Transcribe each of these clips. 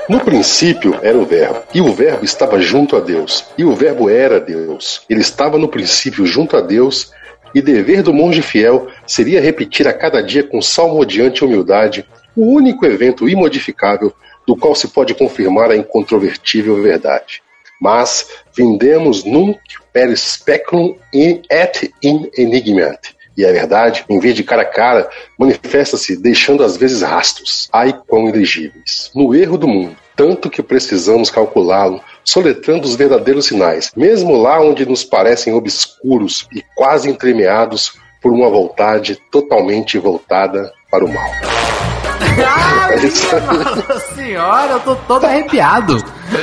No princípio era o Verbo, e o Verbo estava junto a Deus, e o Verbo era Deus. Ele estava no princípio junto a Deus, e dever do monge fiel seria repetir a cada dia com salmodiante humildade o único evento imodificável do qual se pode confirmar a incontrovertível verdade. Mas vindemos nunc per speculum et in enigmant. E a verdade, em vez de cara a cara, manifesta-se deixando às vezes rastros, ai quão ilegíveis, no erro do mundo, tanto que precisamos calculá-lo, soletrando os verdadeiros sinais, mesmo lá onde nos parecem obscuros e quase entremeados por uma vontade totalmente voltada para o mal. Ah, minha senhora, eu tô todo arrepiado.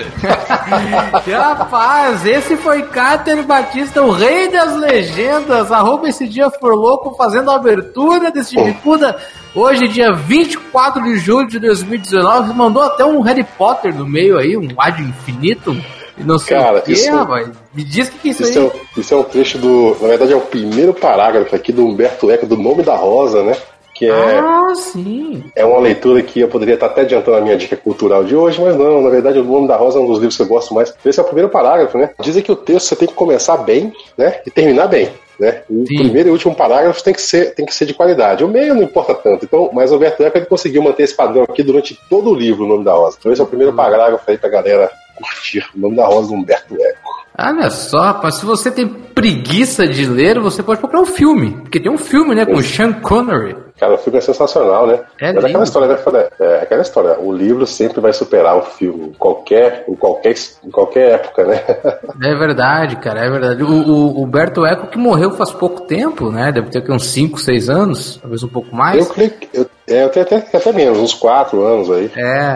Rapaz, esse foi Cáter Batista, o rei das legendas. @ esse dia for louco, fazendo a abertura desse Bicuda. Hoje, dia 24 de julho de 2019. Mandou até um Harry Potter no meio aí, um ad infinitum. E não sei o que, rapaz. Me diz que é isso aí. Isso é um trecho do... Na verdade, é o primeiro parágrafo aqui do Humberto Eco, do Nome da Rosa, né? Que Sim. É uma leitura que eu poderia estar até adiantando a minha dica cultural de hoje, mas não, na verdade O Nome da Rosa é um dos livros que eu gosto mais. Esse é o primeiro parágrafo, né? Dizem que o texto você tem que começar bem, né? E terminar bem, né? O primeiro e último parágrafo tem que ser de qualidade. O meio não importa tanto. Então, mas o Humberto Eco ele conseguiu manter esse padrão aqui durante todo o livro, O Nome da Rosa. Então esse é o primeiro parágrafo aí pra galera curtir. O Nome da Rosa do Humberto Eco. Olha só, rapaz, se você tem preguiça de ler, você pode procurar um filme. Porque tem um filme, né, com o Sean Connery. Cara, o filme é sensacional, né? Mas aquela história, né? Aquela história. O livro sempre vai superar o filme, em qualquer época, né? É verdade, cara, é verdade. O Humberto Eco, que morreu faz pouco tempo, né? Deve ter uns 5, 6 anos, talvez um pouco mais. Eu tenho até menos, uns 4 anos aí.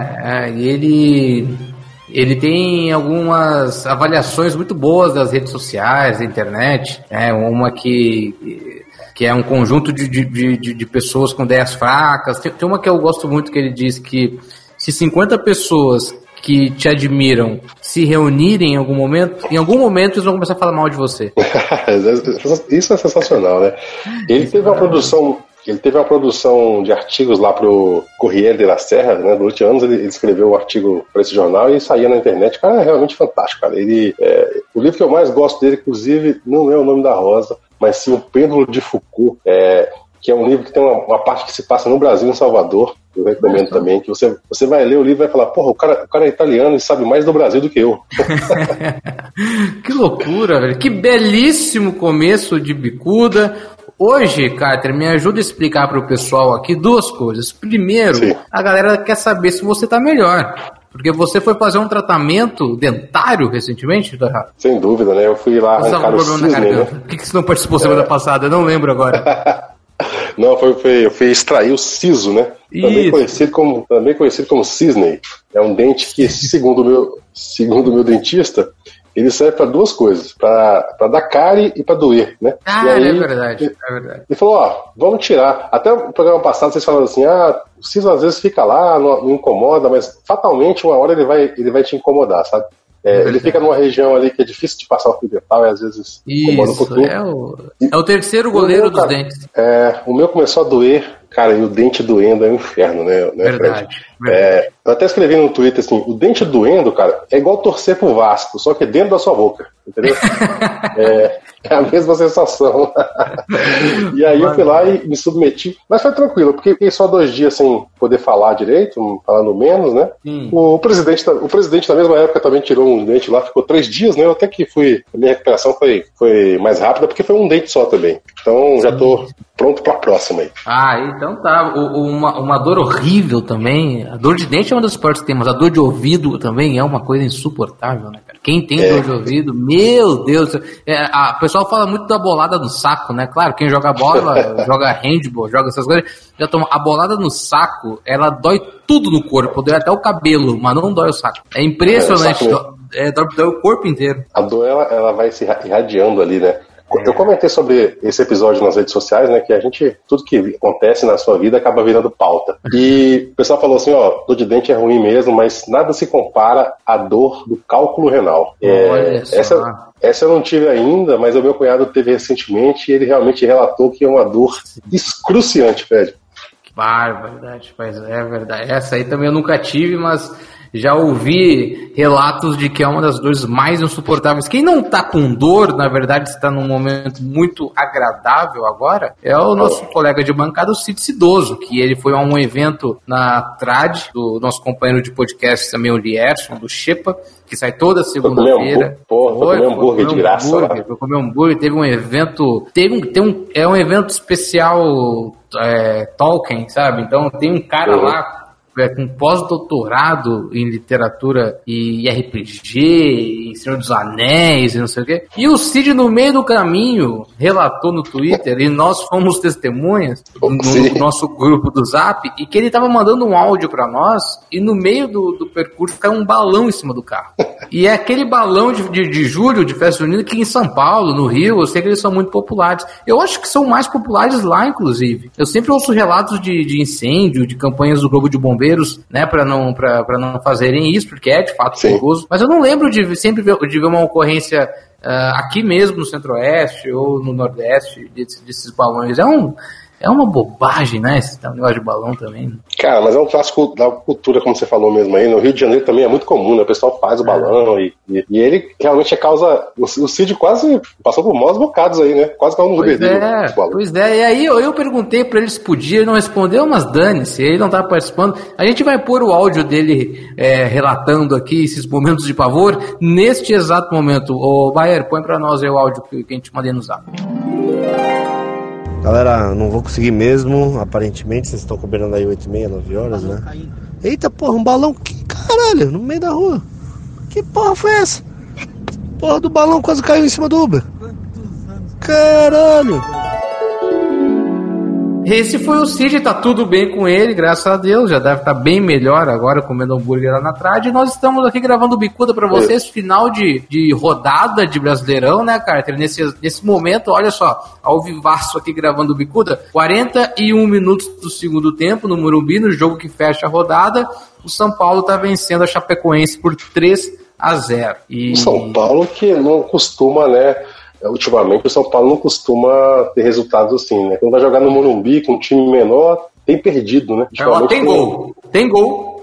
E ele tem algumas avaliações muito boas das redes sociais, da internet, uma que é um conjunto de pessoas com ideias fracas. Tem uma que eu gosto muito, que ele diz que se 50 pessoas que te admiram se reunirem em algum momento eles vão começar a falar mal de você. Isso é sensacional, né? Ele teve uma produção de artigos lá pro Corriere della Serra, né? Durante anos ele escreveu um artigo para esse jornal e saía na internet. O cara é realmente fantástico, cara. O livro que eu mais gosto dele, inclusive, não é O Nome da Rosa, mas sim O Pêndulo de Foucault, que é um livro que tem uma parte que se passa no Brasil, em Salvador. Eu recomendo também, que você vai ler o livro e vai falar, porra, o cara é italiano e sabe mais do Brasil do que eu. Que loucura, velho. Que belíssimo começo de Bicuda. Hoje, Cáter, me ajuda a explicar para o pessoal aqui 2 coisas. Primeiro, a galera quer saber se você tá melhor. Porque você foi fazer um tratamento dentário recentemente, tá errado? Sem dúvida, né? Eu fui lá arrancar o cisne, né? Por que você não participou semana passada? Eu não lembro agora. Não, eu fui extrair o siso, né? Também conhecido como cisne. É um dente que, segundo o meu dentista, ele serve para 2 coisas, para dar cárie e para doer, né? E aí, é verdade. Ele falou, vamos tirar. Até o programa passado vocês falaram assim, o siso às vezes fica lá, não incomoda, mas fatalmente uma hora ele vai te incomodar, sabe? Ele fica numa região ali que é difícil de passar o fio dental e às vezes incomoda um pouquinho. É o terceiro goleiro dos dentes. O meu começou a doer, cara, e o dente doendo é um inferno, né? Verdade. Eu até escrevi no Twitter assim, o dente doendo, cara, é igual torcer pro Vasco, só que dentro da sua boca, entendeu? É a mesma sensação. E aí eu fui lá e me submeti, mas foi tranquilo, porque fiquei só 2 dias sem poder falar direito, falando menos, né? O presidente na mesma época também tirou um dente lá, ficou 3 dias, né? Até que a minha recuperação foi mais rápida, porque foi um dente só também. Então já tô pronto pra próxima aí. Então tá. Uma dor horrível também. A dor de dente é uma das partes que tem, mas a dor de ouvido também é uma coisa insuportável, né, cara? Quem tem dor de ouvido, meu Deus. O pessoal fala muito da bolada no saco, né? Claro, quem joga bola, joga handball, joga essas coisas, já toma. A bolada no saco, ela dói tudo no corpo, dói até o cabelo, mas não dói o saco. É impressionante. Dói o corpo inteiro. A dor, ela vai se irradiando ali, né? Eu comentei sobre esse episódio nas redes sociais, né, que tudo que acontece na sua vida acaba virando pauta. E o pessoal falou assim, dor de dente é ruim mesmo, mas nada se compara à dor do cálculo renal. Essa eu não tive ainda, mas o meu cunhado teve recentemente e ele realmente relatou que é uma dor excruciante, velho. Verdade, é verdade. Essa aí também eu nunca tive, mas Já ouvi relatos de que é uma das dores mais insuportáveis. Quem não tá com dor, na verdade, está num momento muito agradável agora, é o nosso colega de bancada, o Cid Cidoso, que ele foi a um evento na Trad, do nosso companheiro de podcast também, o Lierson, do Xepa, que sai toda segunda-feira. Foi comer hambúrguer de graça. Foi comer hambúrguer, teve um evento, é um evento especial Tolkien, sabe? Então tem um cara lá com pós-doutorado em literatura e RPG, em Senhor dos Anéis e não sei o quê. E o Cid, no meio do caminho, relatou no Twitter, e nós fomos testemunhas no nosso grupo do Zap, e que ele estava mandando um áudio para nós, e no meio do percurso caiu um balão em cima do carro. E é aquele balão de julho, de festa junina, que em São Paulo, no Rio, eu sei que eles são muito populares. Eu acho que são mais populares lá, inclusive. Eu sempre ouço relatos de incêndio, de campanhas do Globo de Bombeiros, né, para não fazerem isso, porque é de fato perigoso. Mas eu não lembro de ver uma ocorrência aqui mesmo no Centro-Oeste ou no Nordeste desses balões. É uma bobagem, né? Esse negócio de balão também. Cara, mas é um clássico da cultura, como você falou mesmo aí. No Rio de Janeiro também é muito comum, né? O pessoal faz o balão e ele realmente causa... O Cid quase passou por maus bocados aí, né? Quase caiu no verdadeiro. Pois é. E aí eu perguntei pra ele se podia, ele não respondeu, mas dane-se, ele não tá participando. A gente vai pôr o áudio dele relatando aqui esses momentos de pavor neste exato momento. Ô, Bayer, põe pra nós aí o áudio que a gente mandei no Zap. Galera, não vou conseguir mesmo, aparentemente, vocês estão combinando aí 8h30, 9 horas, né? Eita porra, um balão, que caralho, no meio da rua. Que porra foi essa? Porra do balão quase caiu em cima do Uber. Caralho. Esse foi o Cid, tá tudo bem com ele, graças a Deus, já deve estar bem melhor agora comendo hambúrguer lá na Trad, e nós estamos aqui gravando o Bicuda pra vocês, final de rodada de Brasileirão, né, Carter? Nesse momento, olha só, ao vivaço aqui gravando o Bicuda, 41 minutos do segundo tempo no Morumbi, no jogo que fecha a rodada, o São Paulo tá vencendo a Chapecoense por 3-0. E... O São Paulo que não costuma, né... Ultimamente o São Paulo não costuma ter resultados assim, né? Quando vai jogar no Morumbi com um time menor, tem perdido, né? Tem gol. Tem gol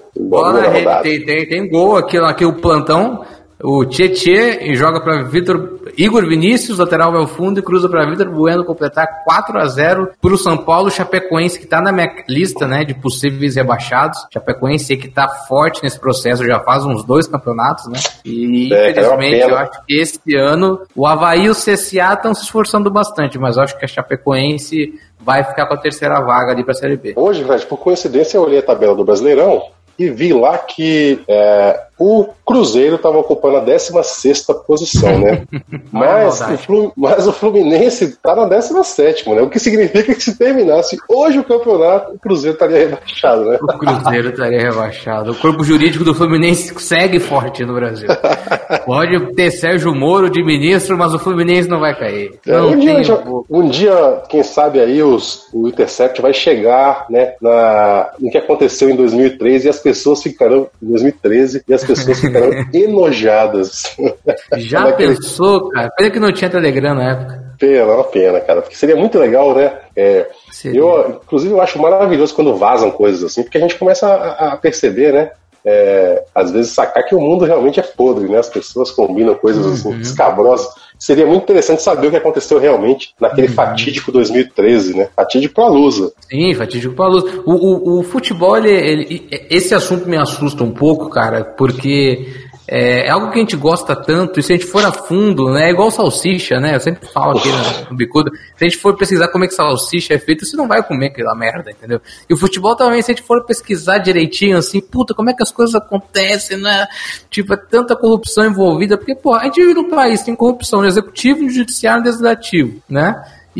aqui o plantão. O Tietê joga para Igor Vinícius, lateral ao fundo, e cruza para Vitor Bueno completar 4-0 para o São Paulo. Chapecoense, que está na minha lista, né, de possíveis rebaixados. Chapecoense que está forte nesse processo, já faz uns 2 campeonatos, né? E infelizmente eu acho que esse ano o Avaí e o CSA estão se esforçando bastante, mas eu acho que a Chapecoense vai ficar com a terceira vaga ali para a Série B. Hoje, velho, por coincidência, eu olhei a tabela do Brasileirão e vi lá que o Cruzeiro estava ocupando a 16ª posição, né? mas o Fluminense está na 17ª, né? O que significa que se terminasse hoje o campeonato, o Cruzeiro estaria rebaixado, né? O Cruzeiro estaria rebaixado. O corpo jurídico do Fluminense segue forte no Brasil. Pode ter Sérgio Moro de ministro, mas o Fluminense não vai cair. Um dia, quem sabe aí, o Intercept vai chegar, né, no que aconteceu em 2013 e as pessoas ficarão em 2013 e as pessoas ficarão enojadas. Já pensou, cara? Pena que não tinha Telegram na época. Uma pena, cara, porque seria muito legal, né? Inclusive, eu acho maravilhoso quando vazam coisas assim, porque a gente começa a perceber, né? Às vezes sacar que o mundo realmente é podre, né? As pessoas combinam coisas assim, escabrosas. Seria muito interessante saber o que aconteceu realmente naquele fatídico 2013, né? Fatídico pra Lusa. Sim, fatídico pra Lusa. O futebol, esse assunto me assusta um pouco, cara, porque é algo que a gente gosta tanto, e se a gente for a fundo, né, é igual salsicha, né, eu sempre falo aqui no Bicuda, se a gente for pesquisar como é que salsicha é feita, você não vai comer aquela merda, entendeu? E o futebol também, se a gente for pesquisar direitinho, assim, puta, como é que as coisas acontecem, né, tipo, é tanta corrupção envolvida, porque, pô, a gente vive no país, tem corrupção no executivo, no judiciário e no legislativo, né,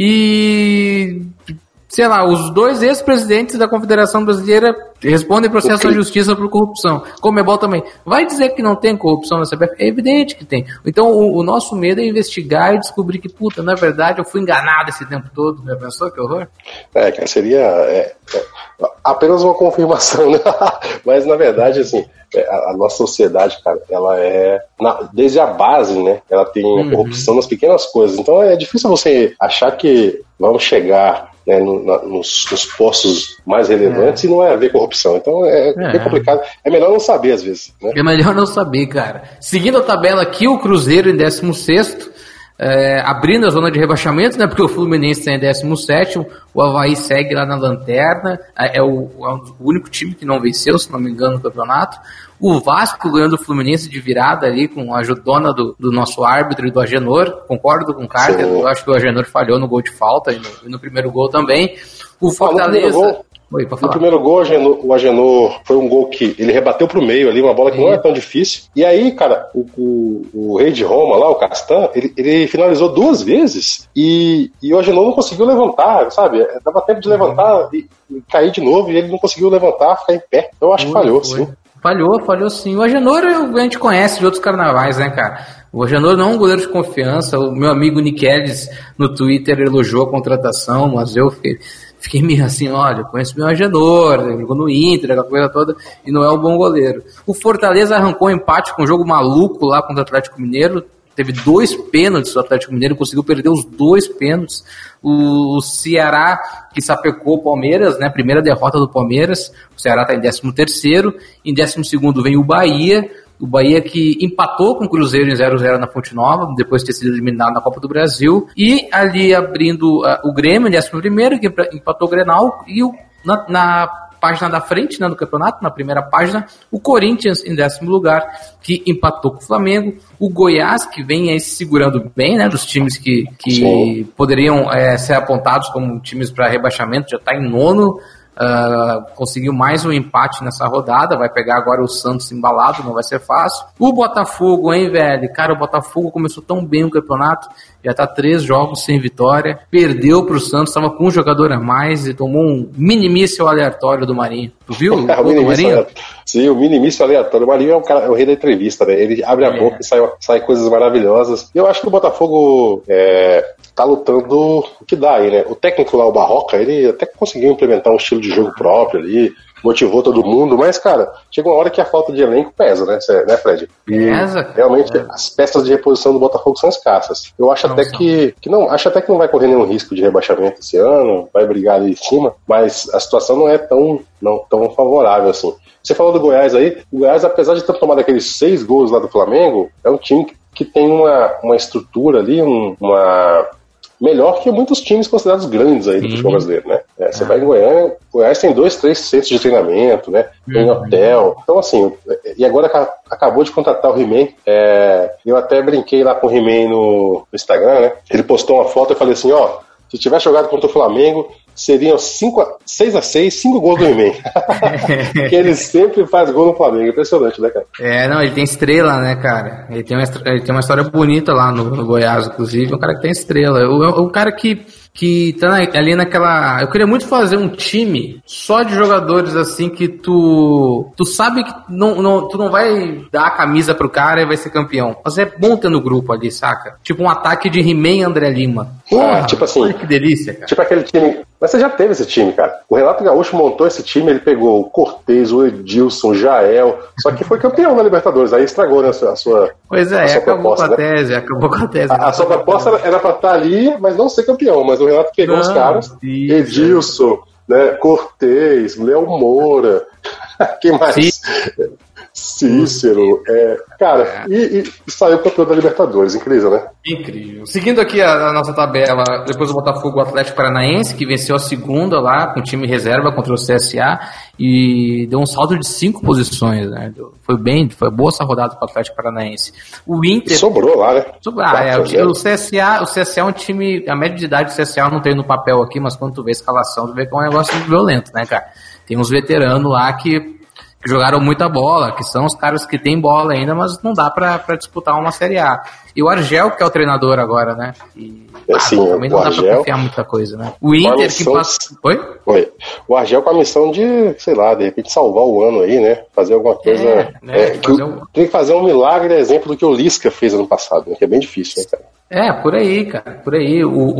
e... sei lá, os 2 ex-presidentes da Confederação Brasileira respondem processo na justiça por corrupção. Conmebol também. Vai dizer que não tem corrupção na CBF? É evidente que tem. Então, o nosso medo é investigar e descobrir que, puta, na verdade, eu fui enganado esse tempo todo. Já pensou? Que horror? Cara, seria apenas uma confirmação, né? Mas, na verdade, assim, a nossa sociedade, cara, ela desde a base, né? Ela tem a corrupção nas pequenas coisas. Então, é difícil você achar que vamos chegar né, nos postos mais relevantes e não vai haver corrupção. Então é bem complicado. É melhor não saber, às vezes. Né? É melhor não saber, cara. Seguindo a tabela aqui, o Cruzeiro em 16º, abrindo a zona de rebaixamento, né, porque o Fluminense está em 17º, o Avaí segue lá na lanterna, é o único time que não venceu, se não me engano, no campeonato. O Vasco ganhando o Fluminense de virada ali, com a ajudona do nosso árbitro e do Agenor. Concordo com o Carter, eu acho que o Agenor falhou no gol de falta e no primeiro gol também. O Fortaleza... No primeiro gol, o Agenor foi um gol que ele rebateu pro meio ali, uma bola que não é tão difícil. E aí, cara, o rei de Roma lá, o Castan, ele finalizou 2 vezes e o Agenor não conseguiu levantar, sabe? Dava tempo de levantar e cair de novo e ele não conseguiu levantar, ficar em pé. Eu acho que falhou, sim. Falhou sim. O Agenor a gente conhece de outros carnavais, né, cara? O Agenor não é um goleiro de confiança. O meu amigo Niqueles no Twitter elogiou a contratação, mas eu fiquei meio assim, olha, eu conheço meu Agenor, ele jogou no Inter, aquela coisa toda, e não é um bom goleiro. O Fortaleza arrancou um empate com um jogo maluco lá contra o Atlético Mineiro, teve 2 pênaltis do Atlético Mineiro, conseguiu perder os 2 pênaltis. O Ceará, que sapecou o Palmeiras, né, primeira derrota do Palmeiras, o Ceará está em 13º, em 12º vem o Bahia que empatou com o Cruzeiro em 0-0 na Fonte Nova, depois de ter sido eliminado na Copa do Brasil, e ali abrindo o Grêmio em 11º, que empatou o Grenal, e na página da frente, né, do campeonato, na primeira página, o Corinthians em 10º lugar, que empatou com o Flamengo, o Goiás, que vem aí se segurando bem, né, dos times que poderiam ser apontados como times para rebaixamento, já está em 9º, conseguiu mais um empate nessa rodada, vai pegar agora o Santos embalado, não vai ser fácil. O Botafogo, hein, velho? Cara, o Botafogo começou tão bem o campeonato, já tá 3 jogos sem vitória, perdeu pro Santos, tava com um jogador a mais e tomou um minimício aleatório do Marinho. Tu viu? O Marinho? Sim, o minimício aleatório. O Marinho é o rei da entrevista, né? Ele abre a boca e sai coisas maravilhosas. Eu acho que o Botafogo tá lutando o que dá aí, né? O técnico lá, o Barroca, ele até conseguiu implementar um estilo de jogo próprio ali, motivou todo mundo, mas, cara, chega uma hora que a falta de elenco pesa, né, Fred? E realmente as peças de reposição do Botafogo são escassas. Eu acho até que não vai correr nenhum risco de rebaixamento esse ano, vai brigar ali em cima, mas a situação não é tão favorável assim. Você falou do Goiás aí, o Goiás, apesar de ter tomado aqueles 6 gols lá do Flamengo, é um time que tem uma estrutura ali, melhor que muitos times considerados grandes aí do futebol brasileiro, né? Você vai em Goiânia, o Goiás tem 2, 3 centros de treinamento, né? Tem hotel. Então, assim, e agora acabou de contratar o He-Man. Eu até brinquei lá com o He-Man no Instagram, né? Ele postou uma foto e falei assim, se tivesse jogado contra o Flamengo, seriam 6-6, 5 gols do He-Man. Que ele sempre faz gol no Flamengo. Impressionante, né, cara? Não, ele tem estrela, né, cara? Ele tem uma história bonita lá no Goiás, inclusive. Um cara que tem estrela. Um cara que tá ali naquela... Eu queria muito fazer um time só de jogadores assim que tu sabe que tu não vai dar a camisa pro cara e vai ser campeão. Mas é bom ter no grupo ali, saca? Tipo um ataque de He-Man e André Lima. Porra, tipo assim, olha que delícia, cara. Tipo aquele time... Mas você já teve esse time, cara. O Renato Gaúcho montou esse time, ele pegou o Cortez, o Edilson, o Jael, só que foi campeão na Libertadores, aí estragou, né, a sua Pois é, acabou com a tese. A sua proposta era pra estar ali, mas não ser campeão, mas o Renato pegou os caras, Edilson, né, Cortez, Léo Moura, quem mais? Cícero, cara, e saiu campeão da Libertadores, incrível, né? Incrível. Seguindo aqui a nossa tabela, depois do Botafogo, o Atlético Paranaense, que venceu a segunda lá, com o time reserva contra o CSA, e deu um salto de 5 posições, né? Foi boa essa rodada para o Atlético Paranaense. O Inter... Sobrou lá, né? O CSA é um time, a média de idade do CSA eu não tenho no papel aqui, mas quando tu vê a escalação, tu vê que é um negócio violento, né, cara? Tem uns veteranos lá que jogaram muita bola, que são os caras que têm bola ainda, mas não dá pra disputar uma Série A. E o Argel, que é o treinador agora, né? Também não dá pra confiar muita coisa, né? O Inter que passa... Oi? O Argel com a missão de, sei lá, de repente salvar o ano aí, né? Fazer alguma coisa... Tem que fazer um milagre, exemplo do que o Lisca fez ano passado, né? Que é bem difícil, né, cara? Por aí, cara. Por aí.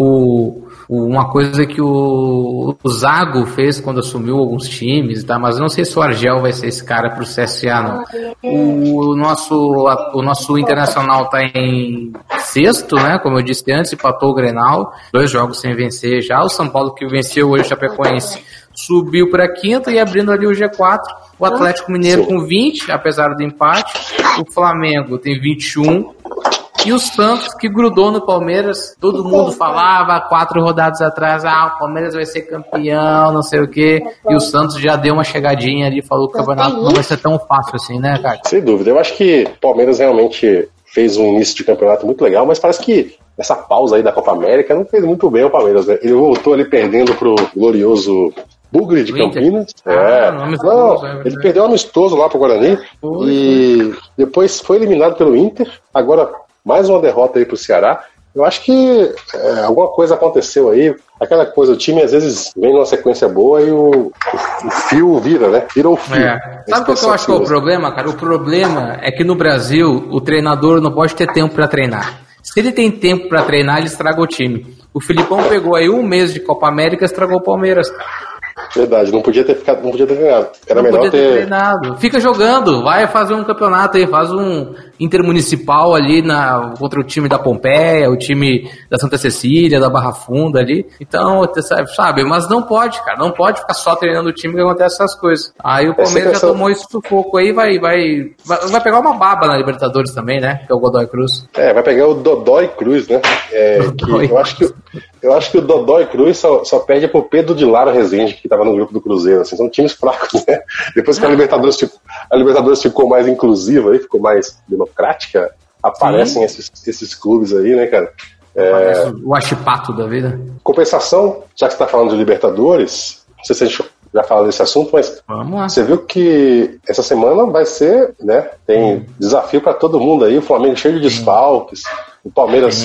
Uma coisa que o Zago fez quando assumiu alguns times, tá? Mas eu não sei se o Argel vai ser esse cara pro CSA, não. O nosso Internacional tá em sexto, né? Como eu disse antes, empatou o Grenal, 2 jogos sem vencer já. O São Paulo, que venceu hoje o Chapecoense, subiu para quinto e abrindo ali o G4. O Atlético Mineiro com 20, apesar do empate. O Flamengo tem 21. E o Santos, que grudou no Palmeiras, todo mundo falava 4 rodadas atrás, o Palmeiras vai ser campeão, não sei o quê. E o Santos já deu uma chegadinha ali, falou que o campeonato não vai ser tão fácil assim, né, cara? Sem dúvida. Eu acho que o Palmeiras realmente fez um início de campeonato muito legal, mas parece que essa pausa aí da Copa América não fez muito bem ao Palmeiras, né? Ele voltou ali perdendo pro glorioso Bugre de Campinas. Ele perdeu um amistoso lá pro Guarani e depois foi eliminado pelo Inter. Agora mais uma derrota aí pro Ceará. Eu acho que alguma coisa aconteceu aí. Aquela coisa, o time às vezes vem numa sequência boa e o fio vira, né? Vira o fio. Sabe qual que eu acho que é o problema, cara? O problema é que no Brasil o treinador não pode ter tempo pra treinar. Se ele tem tempo pra treinar, ele estraga o time. O Filipão pegou aí 1 mês de Copa América e estragou o Palmeiras, cara. Verdade, não podia ter ganhado. Era melhor podia ter treinado. Fica jogando, vai fazer um campeonato aí, faz um intermunicipal ali contra o time da Pompeia, o time da Santa Cecília, da Barra Funda ali. Então, sabe, mas não pode, cara, não pode ficar só treinando o time que acontece essas coisas. Aí o Palmeiras já tomou esse sufoco aí, vai pegar uma baba na Libertadores também, né? Que é o Godoy Cruz. Vai pegar o Dodói Cruz, né? Eu acho que o Dodói Cruz só perde pro Pedro de Lara Rezende, que tava no grupo do Cruzeiro, assim, são times fracos, né? Depois que a Libertadores ficou mais inclusiva aí, ficou mais democrática, aparecem esses clubes aí, né, cara? O achipato da vida. Compensação, já que você tá falando de Libertadores, não sei se a gente já fala desse assunto, mas você viu que essa semana vai ser, né, tem desafio para todo mundo aí, o Flamengo cheio de desfalques, o Palmeiras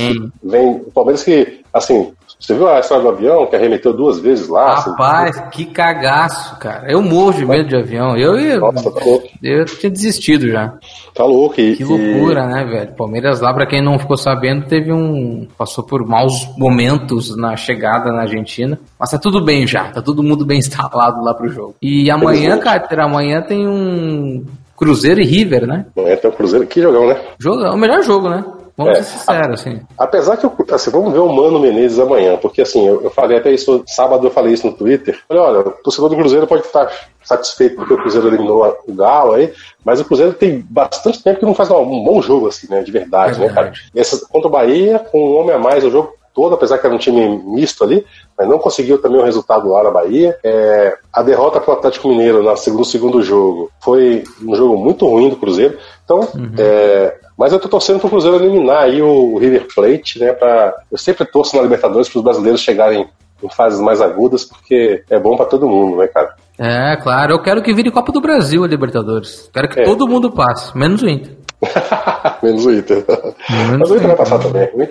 que, assim, você viu a história do avião que arremeteu 2 vezes lá? Rapaz, assim, que cagaço, cara. Eu morro de medo de avião. Nossa, tá louco. Eu tinha desistido já. Tá louco. Que loucura, né, velho? Palmeiras lá, pra quem não ficou sabendo, passou por maus momentos na chegada na Argentina. Mas tá tudo bem já. Tá todo mundo bem instalado lá pro jogo. E amanhã, cara, amanhã tem um Cruzeiro e River, né? Amanhã tem um Cruzeiro. Que jogão, né? O melhor jogo, né? Vamos ser sinceros, assim. Apesar que, vamos ver o Mano Menezes amanhã, porque assim, eu falei até isso, sábado eu falei isso no Twitter. Falei, olha, o torcedor do Cruzeiro pode estar satisfeito porque o Cruzeiro eliminou o Galo aí, mas o Cruzeiro tem bastante tempo que não faz um bom jogo, assim, né, de verdade, né, cara? Contra o Bahia, com um homem a mais o jogo todo, apesar que era um time misto ali, mas não conseguiu também o resultado lá na Bahia. A derrota para o Atlético Mineiro no segundo jogo foi um jogo muito ruim do Cruzeiro, então, mas eu tô torcendo pro Cruzeiro eliminar aí o River Plate, né? Eu sempre torço na Libertadores para os brasileiros chegarem em fases mais agudas, porque é bom para todo mundo, né, cara? Claro. Eu quero que vire Copa do Brasil a Libertadores. Quero que todo mundo passe, menos o Inter. Menos o Inter. Mas o Inter vai passar também. O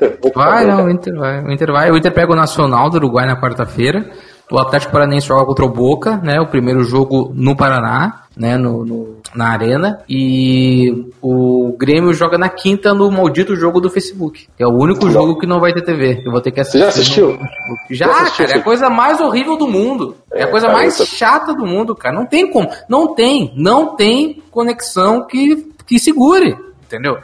Inter vai. O Inter pega o Nacional do Uruguai na quarta-feira. O Atlético Paranaense joga contra o Boca, né? O primeiro jogo no Paraná, né? Na Arena. E o Grêmio joga na quinta no maldito jogo do Facebook. Que é o único jogo que não vai ter TV. Eu vou ter que assistir. Você já assistiu? Cara. É a coisa mais horrível do mundo. É a coisa mais chata do mundo, cara. Não tem como. Não tem conexão que segure. Entendeu?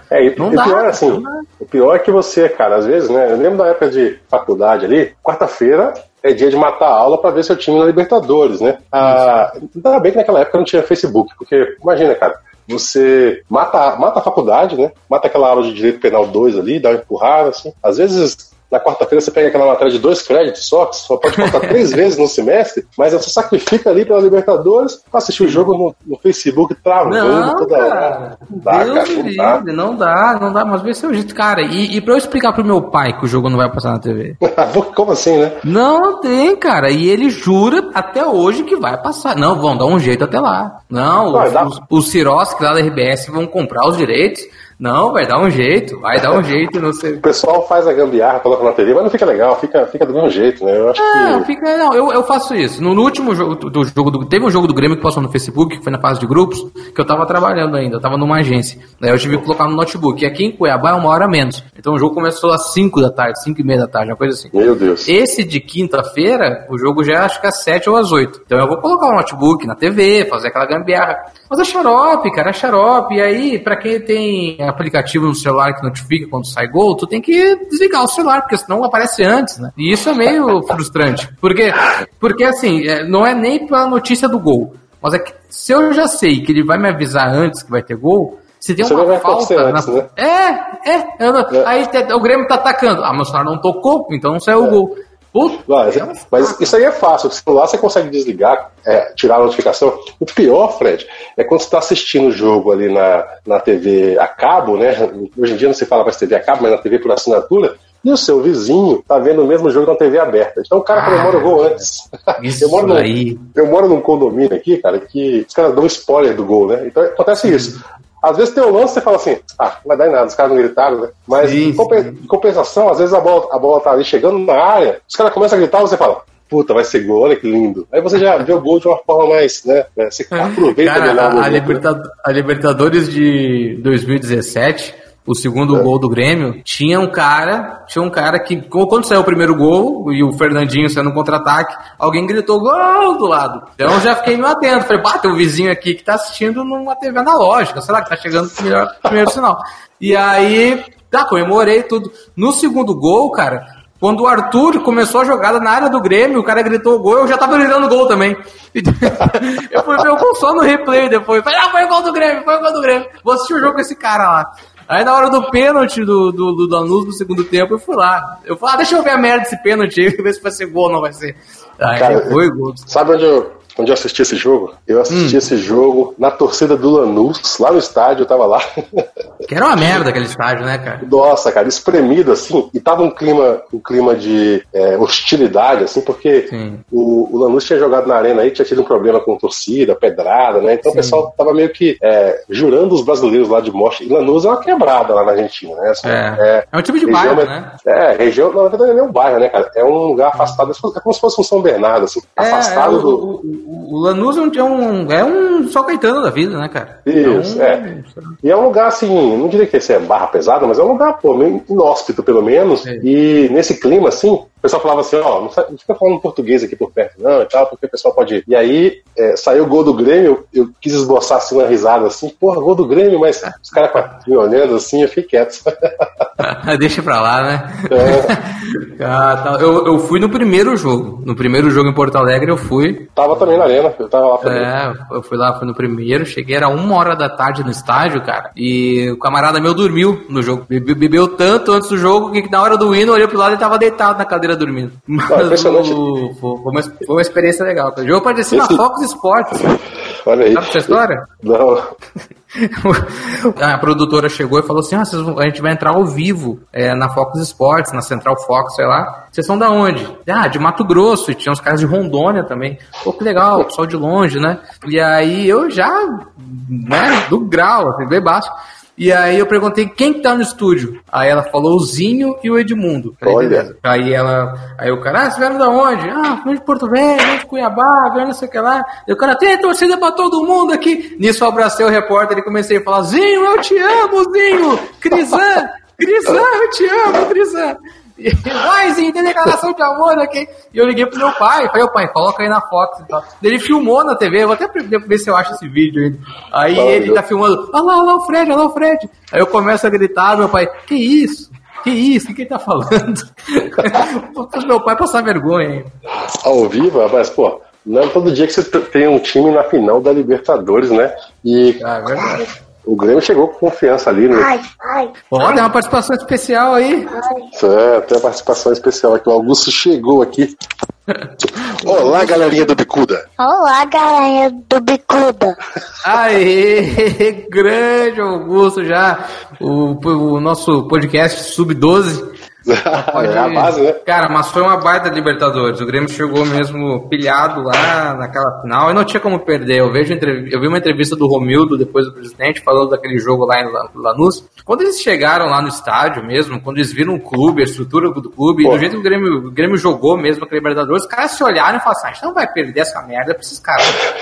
O pior é que você, cara, às vezes, né? Eu lembro da época de faculdade ali, quarta-feira é dia de matar a aula pra ver seu time na Libertadores, né? Ainda bem que naquela época não tinha Facebook, porque, imagina, cara, você mata a faculdade, né? Mata aquela aula de Direito Penal 2 ali, dá uma empurrada, assim. Às vezes, na quarta-feira você pega aquela matéria de 2 créditos só, que só pode faltar 3 vezes no semestre, mas você sacrifica ali pela Libertadores pra assistir o jogo no Facebook travando toda hora. Não dá, mas vê seu jeito, cara. E pra eu explicar pro meu pai que o jogo não vai passar na TV? Como assim, né? Não tem, cara. E ele jura até hoje que vai passar. Não, vão dar um jeito até lá. Não, os Siroski lá da RBS vão comprar os direitos. Não, vai dar um jeito, não sei. O pessoal faz a gambiarra, coloca na TV, mas não fica legal, fica do mesmo jeito, né? Eu acho eu faço isso. No último jogo teve um jogo do Grêmio que passou no Facebook, que foi na fase de grupos, que eu tava trabalhando ainda, eu tava numa agência. Daí eu tive que colocar no notebook. E aqui em Cuiabá é 1 hora menos. Então o jogo começou às 5 da tarde, 5 e meia da tarde, uma coisa assim. Meu Deus. Esse de quinta-feira, o jogo já é acho que às 7 ou às 8. Então eu vou colocar o notebook na TV, fazer aquela gambiarra. Mas é xarope, cara, é xarope. E aí, pra quem tem tem aplicativo no celular que notifica quando sai gol, tu tem que desligar o celular, porque senão aparece antes, né? E isso é meio frustrante. Porque assim, não é nem pela notícia do gol, mas é que se eu já sei que ele vai me avisar antes que vai ter gol, se tem uma falta... Antes, né? Aí o Grêmio tá atacando. Meu celular não tocou, então não saiu o gol. Mas isso aí é fácil. O celular você consegue desligar, tirar a notificação. O pior, Fred, é quando você está assistindo o jogo ali na TV a cabo, né? Hoje em dia não se fala mais TV a cabo, mas na TV por assinatura. E o seu vizinho tá vendo o mesmo jogo na TV aberta. Então o cara comemora o gol antes. Eu moro num condomínio aqui, cara, que os caras dão spoiler do gol, né? Então acontece isso. Às vezes tem um lance e você fala assim, não vai dar em nada, os caras não gritaram, né? Mas em compensação, às vezes a bola tá ali chegando na área, os caras começam a gritar e você fala, puta, vai ser gol, olha que lindo. Aí você já vê o gol de uma forma mais, né? Você aproveita a Libertadores de 2017... O segundo gol do Grêmio, tinha um cara que, quando saiu o primeiro gol, e o Fernandinho saindo no contra-ataque, alguém gritou gol do lado. Então eu já fiquei meio atento. Falei, tem um vizinho aqui que tá assistindo numa TV analógica, sei lá, que tá chegando no primeiro sinal. E aí, comemorei tudo. No segundo gol, cara, quando o Arthur começou a jogada na área do Grêmio, o cara gritou gol, eu já tava gritando gol também. Eu fui ver o gol só no replay depois. Falei, foi o gol do Grêmio, Vou assistir o jogo com esse cara lá. Aí na hora do pênalti do Lanús no segundo tempo, eu fui lá. Eu falei, deixa eu ver a merda desse pênalti aí, ver se vai ser gol ou não vai ser. Aí cara, foi gol. Sabe onde eu assisti esse jogo? Eu assisti esse jogo na torcida do Lanús, lá no estádio, eu tava lá. Que era uma merda aquele estádio, né, cara? Nossa, cara, espremido, assim, e tava um clima de hostilidade, assim, porque o Lanús tinha jogado na arena aí, tinha tido um problema com torcida, pedrada, né? Então o pessoal tava meio que jurando os brasileiros lá de morte. E Lanús é uma quebrada lá na Argentina, né? Assim, é um tipo de bairro, né? Região, na verdade não é um bairro, né, cara? É um lugar afastado, é como se fosse um São Bernardo, assim, afastado do... O Lanús é um São Caetano da vida, né, cara? Isso, E é um lugar, assim, não diria que esse é barra pesada, mas é um lugar, meio inóspito, pelo menos. E nesse clima, assim, o pessoal falava assim, não fica falando português aqui por perto, não, e tal, porque o pessoal pode ir. E aí, saiu o gol do Grêmio, eu quis esboçar, assim, uma risada, assim, gol do Grêmio, mas os caras me olhando, assim, eu fiquei quieto. Deixa pra lá, né? Eu fui no primeiro jogo. No primeiro jogo em Porto Alegre, eu fui. Tava também na arena, eu tava lá também. Eu fui no primeiro, cheguei, era 1h da tarde no estádio, cara, e o camarada meu dormiu no jogo. Bebeu tanto antes do jogo que na hora do hino eu olhei pro lado e ele tava deitado na cadeira dormindo. Mas foi uma experiência legal. O jogo parecia na Fox Sports. Olha aí. Sabe essa história? Não. A produtora chegou e falou assim, a gente vai entrar ao vivo na Fox Sports, na Central Fox, sei lá. Vocês são da onde? De Mato Grosso, e tinha uns caras de Rondônia também. Pô, que legal, o pessoal de longe, né? E aí eu já, né, do grau, assim, bem baixo. E aí eu perguntei quem que tá no estúdio. Aí ela falou o Zinho e o Edmundo. Olha. Aí o cara, você vieram da onde? Vem de Porto Velho, de Cuiabá, vem não sei o que lá. E o cara, tem torcida pra todo mundo aqui. Nisso eu abracei o repórter e comecei a falar, Zinho, eu te amo, Zinho! Crisan, eu te amo, Crisan! Vai, Zinho, tem declaração de amor aqui. E eu liguei pro meu pai, falei, pai, coloca aí na Fox e tal. Ele filmou na TV, eu vou até ver se eu acho esse vídeo ainda. Aí ele tá filmando, olha lá o Fred. Aí eu começo a gritar, meu pai, que isso? Que isso? O que ele tá falando? Meu pai passar vergonha, hein? Ao vivo, mas, não é todo dia que você tem um time na final da Libertadores, né? E é verdade. O Grêmio chegou com confiança ali, né? Ó, tem uma participação especial aí. Tem uma participação especial aqui. O Augusto chegou aqui. Olá, galerinha do Bicuda. Olá, galerinha do Bicuda. Aê, grande Augusto já. O nosso podcast Sub-12. É a base, né? Cara, mas foi uma baita Libertadores. O Grêmio chegou mesmo pilhado lá naquela final e não tinha como perder. Eu vi uma entrevista do Romildo, depois do presidente, falando daquele jogo lá em Lanús. Quando eles chegaram lá no estádio mesmo, quando eles viram o clube, a estrutura do clube, do jeito que o Grêmio jogou mesmo aquele Libertadores, os caras se olharam e falaram assim, a gente não vai perder essa merda pra esses caras.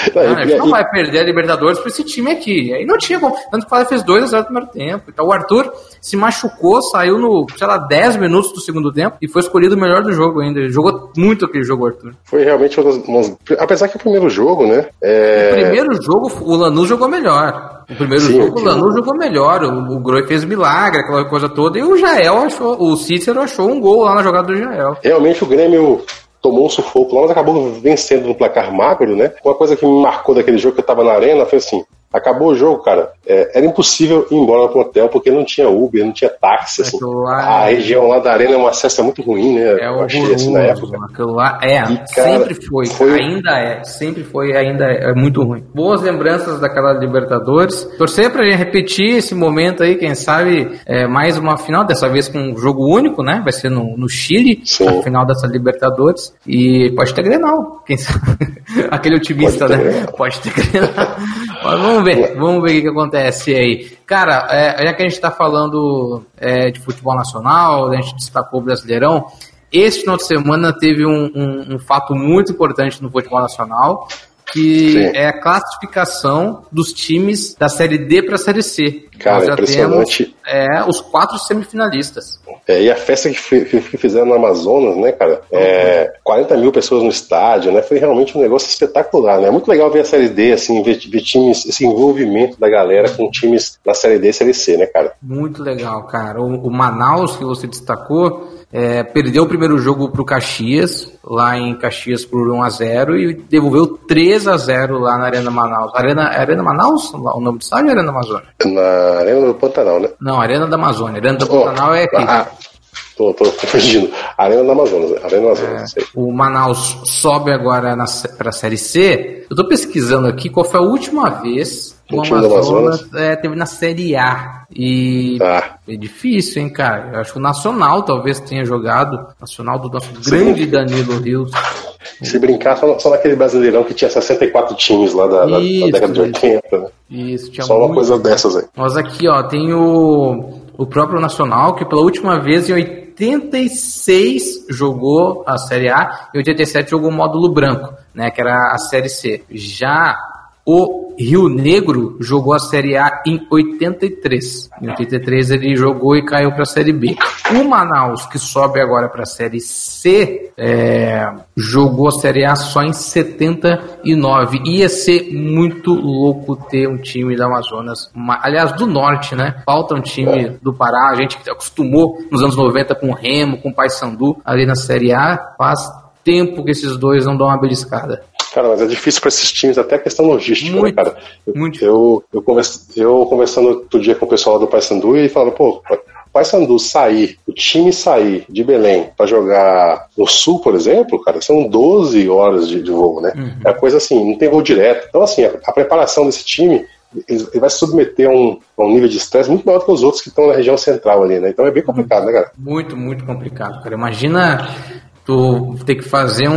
A gente não vai perder a Libertadores pra esse time aqui. Aí não tinha como. Tanto que o Flamengo fez 2-0 no primeiro tempo. Então o Arthur se machucou, saiu no, 10 minutos do segundo tempo e foi escolhido o melhor do jogo ainda. Ele jogou muito aquele jogo, o Arthur. Foi realmente apesar que o primeiro jogo, né? O primeiro jogo, o Lanús jogou melhor. O primeiro jogo, o Lanús jogou melhor. O Groi fez milagre, aquela coisa toda. E o Jael o Cícero achou um gol lá na jogada do Jael. Realmente o Grêmio tomou um sufoco lá, mas acabou vencendo no placar magro, né? Uma coisa que me marcou daquele jogo que eu tava na arena foi assim: acabou o jogo, cara, era impossível ir embora pro hotel porque não tinha Uber, não tinha táxi, assim. A região lá da arena é uma acesso muito ruim, né? Eu achei assim na época. Aquilo lá sempre foi, ainda é muito ruim. Boas lembranças daquela Libertadores. Torcer pra gente repetir esse momento aí, quem sabe mais uma final, dessa vez com um jogo único, né? Vai ser no Chile, a final dessa Libertadores. E pode ter Grenal, quem sabe? Aquele otimista, né? Pode ter Grenal. Mas vamos ver o que acontece aí. Cara, já que a gente tá falando de futebol nacional, a gente destacou o Brasileirão, esse final de semana teve um fato muito importante no futebol nacional, que é a classificação dos times da Série D para a Série C. Cara, nós já impressionante. Temos os 4 semifinalistas. E a festa que fizeram no Amazonas, né, cara? 40 mil pessoas no estádio, né? Foi realmente um negócio espetacular, né? É muito legal ver a Série D, assim, ver times, esse envolvimento da galera com times na Série D e Série C, né, cara? Muito legal, cara. O Manaus, que você destacou, perdeu o primeiro jogo pro Caxias, lá em Caxias por 1-0, e devolveu 3-0 lá na Arena Manaus. Arena Manaus? O nome do estádio ou Arena Amazônia? Na Arena do Pantanal, né? Não, Arena da Amazônia. Arena do Pantanal é aqui. Tô confundindo. Arena da Amazonas. O Manaus sobe agora para a Série C. Eu tô pesquisando aqui qual foi a última vez que o Amazonas teve na Série A. E é difícil, hein, cara? Eu acho que o Nacional talvez tenha jogado. Nacional do nosso grande Danilo Rios. Se brincar, só naquele Brasileirão que tinha 64 times lá da década de 80, né? Isso, tinha só uma coisa dessas aí. Mas aqui, ó, tem o próprio Nacional, que pela última vez em 86 jogou a Série A e 87 jogou o módulo branco, né, que era a Série C. Já o Rio Negro jogou a Série A em 83. Em 83 ele jogou e caiu para a Série B. O Manaus, que sobe agora para a Série C, jogou a Série A só em 79. Ia ser muito louco ter um time da Amazonas, aliás, do Norte, né? Falta um time do Pará. A gente acostumou nos anos 90 com o Remo, com o Paysandu ali na Série A. Faz tempo que esses dois não dão uma beliscada. Cara, mas é difícil para esses times, até a questão logística, muito, né, cara? Eu conversando outro dia com o pessoal do Paysandu e falando, o Paysandu o time sair de Belém para jogar no Sul, por exemplo, cara, são 12 horas de voo, né? É coisa assim, não tem voo direto. Então, assim, a preparação desse time, ele vai se submeter a um nível de estresse muito maior do que os outros que estão na região central ali, né? Então é bem complicado, né, cara? Muito, muito complicado, cara. Imagina tu ter que fazer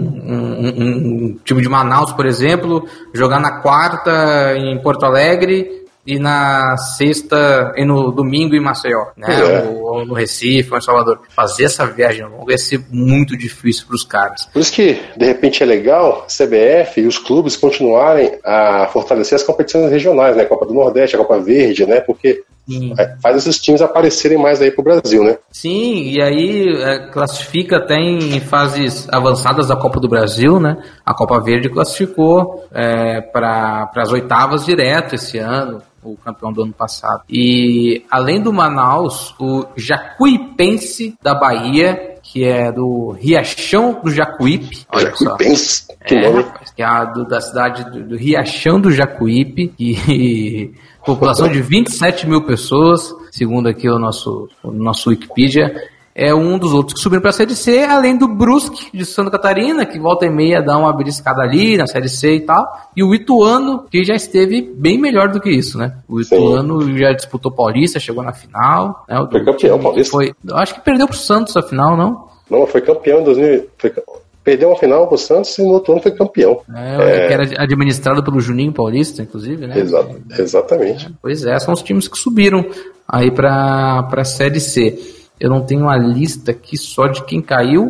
um time de Manaus, por exemplo, jogar na quarta em Porto Alegre e na sexta e no domingo em Maceió, né? Ou no Recife, ou em Salvador. Fazer essa viagem longa ia ser muito difícil para os caras. Por isso que, de repente, é legal a CBF e os clubes continuarem a fortalecer as competições regionais, né? A Copa do Nordeste, a Copa Verde, né? Porque faz esses times aparecerem mais aí pro Brasil, né? Sim, e aí classifica até em fases avançadas da Copa do Brasil, né? A Copa Verde classificou para as oitavas direto esse ano, o campeão do ano passado. E além do Manaus, o Jacuipense da Bahia, que é do Riachão do Jacuípe. Olha Jacuipense? Só. Que nome? Que é da cidade do Riachão do Jacuípe, e população de 27 mil pessoas, segundo aqui o nosso Wikipedia. É um dos outros que subiram para a Série C, além do Brusque de Santa Catarina, que volta e meia dá uma beliscada ali na Série C e tal, e o Ituano, que já esteve bem melhor do que isso, né? O Ituano já disputou Paulista, chegou na final. Né? Foi campeão Paulista? Acho que perdeu pro Santos a final, não? Não, foi campeão em 2000. Perdeu uma final pro Santos e no outro ano foi campeão. Que era administrado pelo Juninho Paulista, inclusive, né? Exatamente. Pois são os times que subiram aí para a Série C. Eu não tenho uma lista aqui só de quem caiu,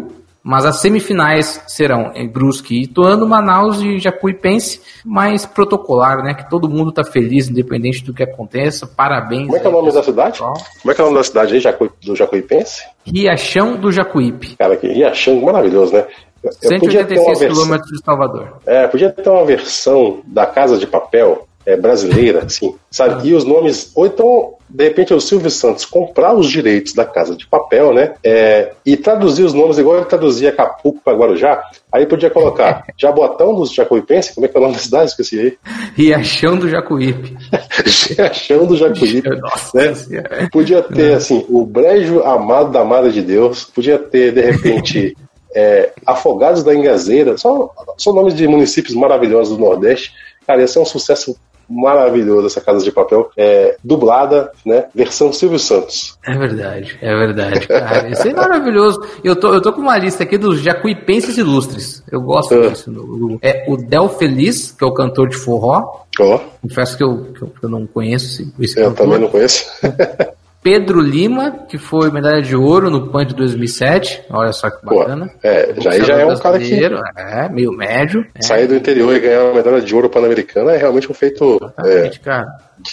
mas as semifinais serão em Brusque e Ituano, Manaus e Jacuipense, mais protocolar, né? Que todo mundo tá feliz, independente do que aconteça. Parabéns. Como é que é o nome da cidade? Como é que é o nome da cidade aí, do Jacuipense? Riachão do Jacuípe. Cara, que Riachão, maravilhoso, né? 186 quilômetros de Salvador. Podia ter uma versão da Casa de Papel brasileira, assim, sabe? E os nomes, ou então, de repente, o Silvio Santos comprar os direitos da Casa de Papel, né? E traduzir os nomes igual ele traduzia Acapulco para Guarujá. Aí podia colocar Jaboatão dos Jacuipense, como é que é o nome da cidade? Esqueci aí. Riachão do Jacuípe. Riachão do Jacuípe. Né? Podia ter, assim, o Brejo Amado da Amada de Deus. Podia ter, de repente, Afogados da Ingazeira. São nomes de municípios maravilhosos do Nordeste. Cara, ia ser um sucesso maravilhoso essa Casa de Papel, dublada, né? Versão Silvio Santos. É verdade, cara. Isso é maravilhoso. Eu tô com uma lista aqui dos jacuipenses ilustres. Eu gosto disso. O Del Feliz, que é o cantor de forró. Confesso que eu não conheço esse cantor. Eu também não conheço. Pedro Lima, que foi medalha de ouro no PAN de 2007. Olha só que bacana. Já é um cara que... meio médio. Sair do interior e ganhar uma medalha de ouro pan-americana é realmente um feito... Exatamente, cara.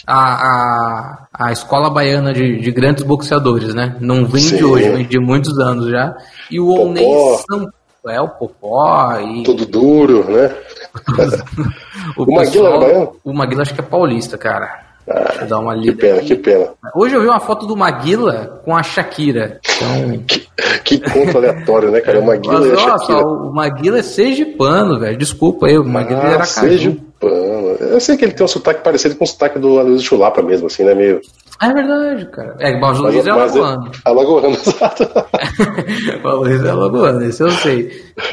A escola baiana de grandes boxeadores, né? Não vem de hoje, vem de muitos anos já. E o Oney Sampaio. O Popó e... Tudo duro, né? o Maguila é baiano? O Maguila acho que é paulista, cara. Deixa eu dar uma lida. Que pena. Hoje eu vi uma foto do Maguila com a Shakira. Então... que conto aleatório, né, cara? O Maguila e a Shakira. O Maguila é sergipano, velho. Desculpa aí, o Maguila era sergipano. Eu sei que ele tem um sotaque parecido com o sotaque do Aloysio Chulapa mesmo, assim, né? Meio... É verdade, cara. Mas o Luiz é alagoano. Alagoano, exato. O Luiz é alagoano, isso eu sei.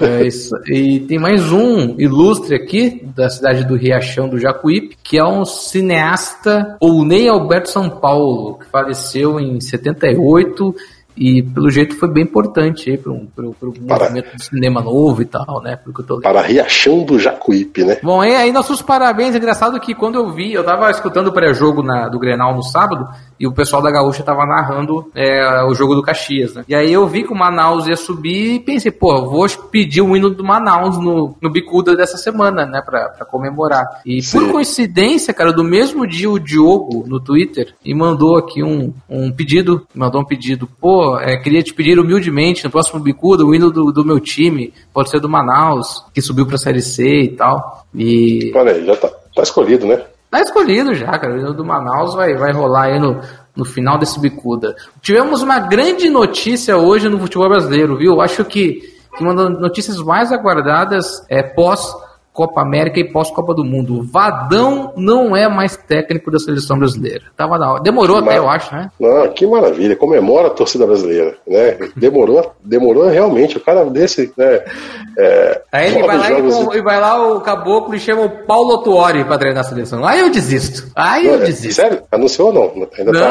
E tem mais um ilustre aqui, da cidade do Riachão do Jacuípe, que é um cineasta, Oney Alberto São Paulo, que faleceu em 78 e, pelo jeito, foi bem importante aí para o movimento do cinema novo e tal, né? Porque eu tô... Para Riachão do Jacuípe, né? Bom, aí nossos parabéns. É engraçado que quando eu tava escutando o pré-jogo do Grenal no sábado, e o pessoal da Gaúcha tava narrando o jogo do Caxias, né? E aí eu vi que o Manaus ia subir e pensei, vou pedir o hino do Manaus no Bicuda dessa semana, né? Pra comemorar. E por coincidência, cara, do mesmo dia o Diogo, no Twitter, me mandou aqui um pedido, queria te pedir humildemente, no próximo Bicuda, o hino do meu time, pode ser do Manaus, que subiu pra Série C e tal. E... Olha aí, já tá escolhido, né? Tá escolhido já, cara. O hino do Manaus vai rolar aí no final desse Bicuda. Tivemos uma grande notícia hoje no futebol brasileiro, viu? Acho que uma das notícias mais aguardadas é pós-Copa América e pós-Copa do Mundo. O Vadão não é mais técnico da seleção brasileira. Tava na hora. Demorou até, eu acho, né? Não, que maravilha. Comemora a torcida brasileira, né? Demorou realmente. O cara desse, né? Aí ele vai lá e vai lá o Caboclo e chama o Paulo Tuori pra treinar a seleção. Aí eu desisto. Sério? Anunciou ou não?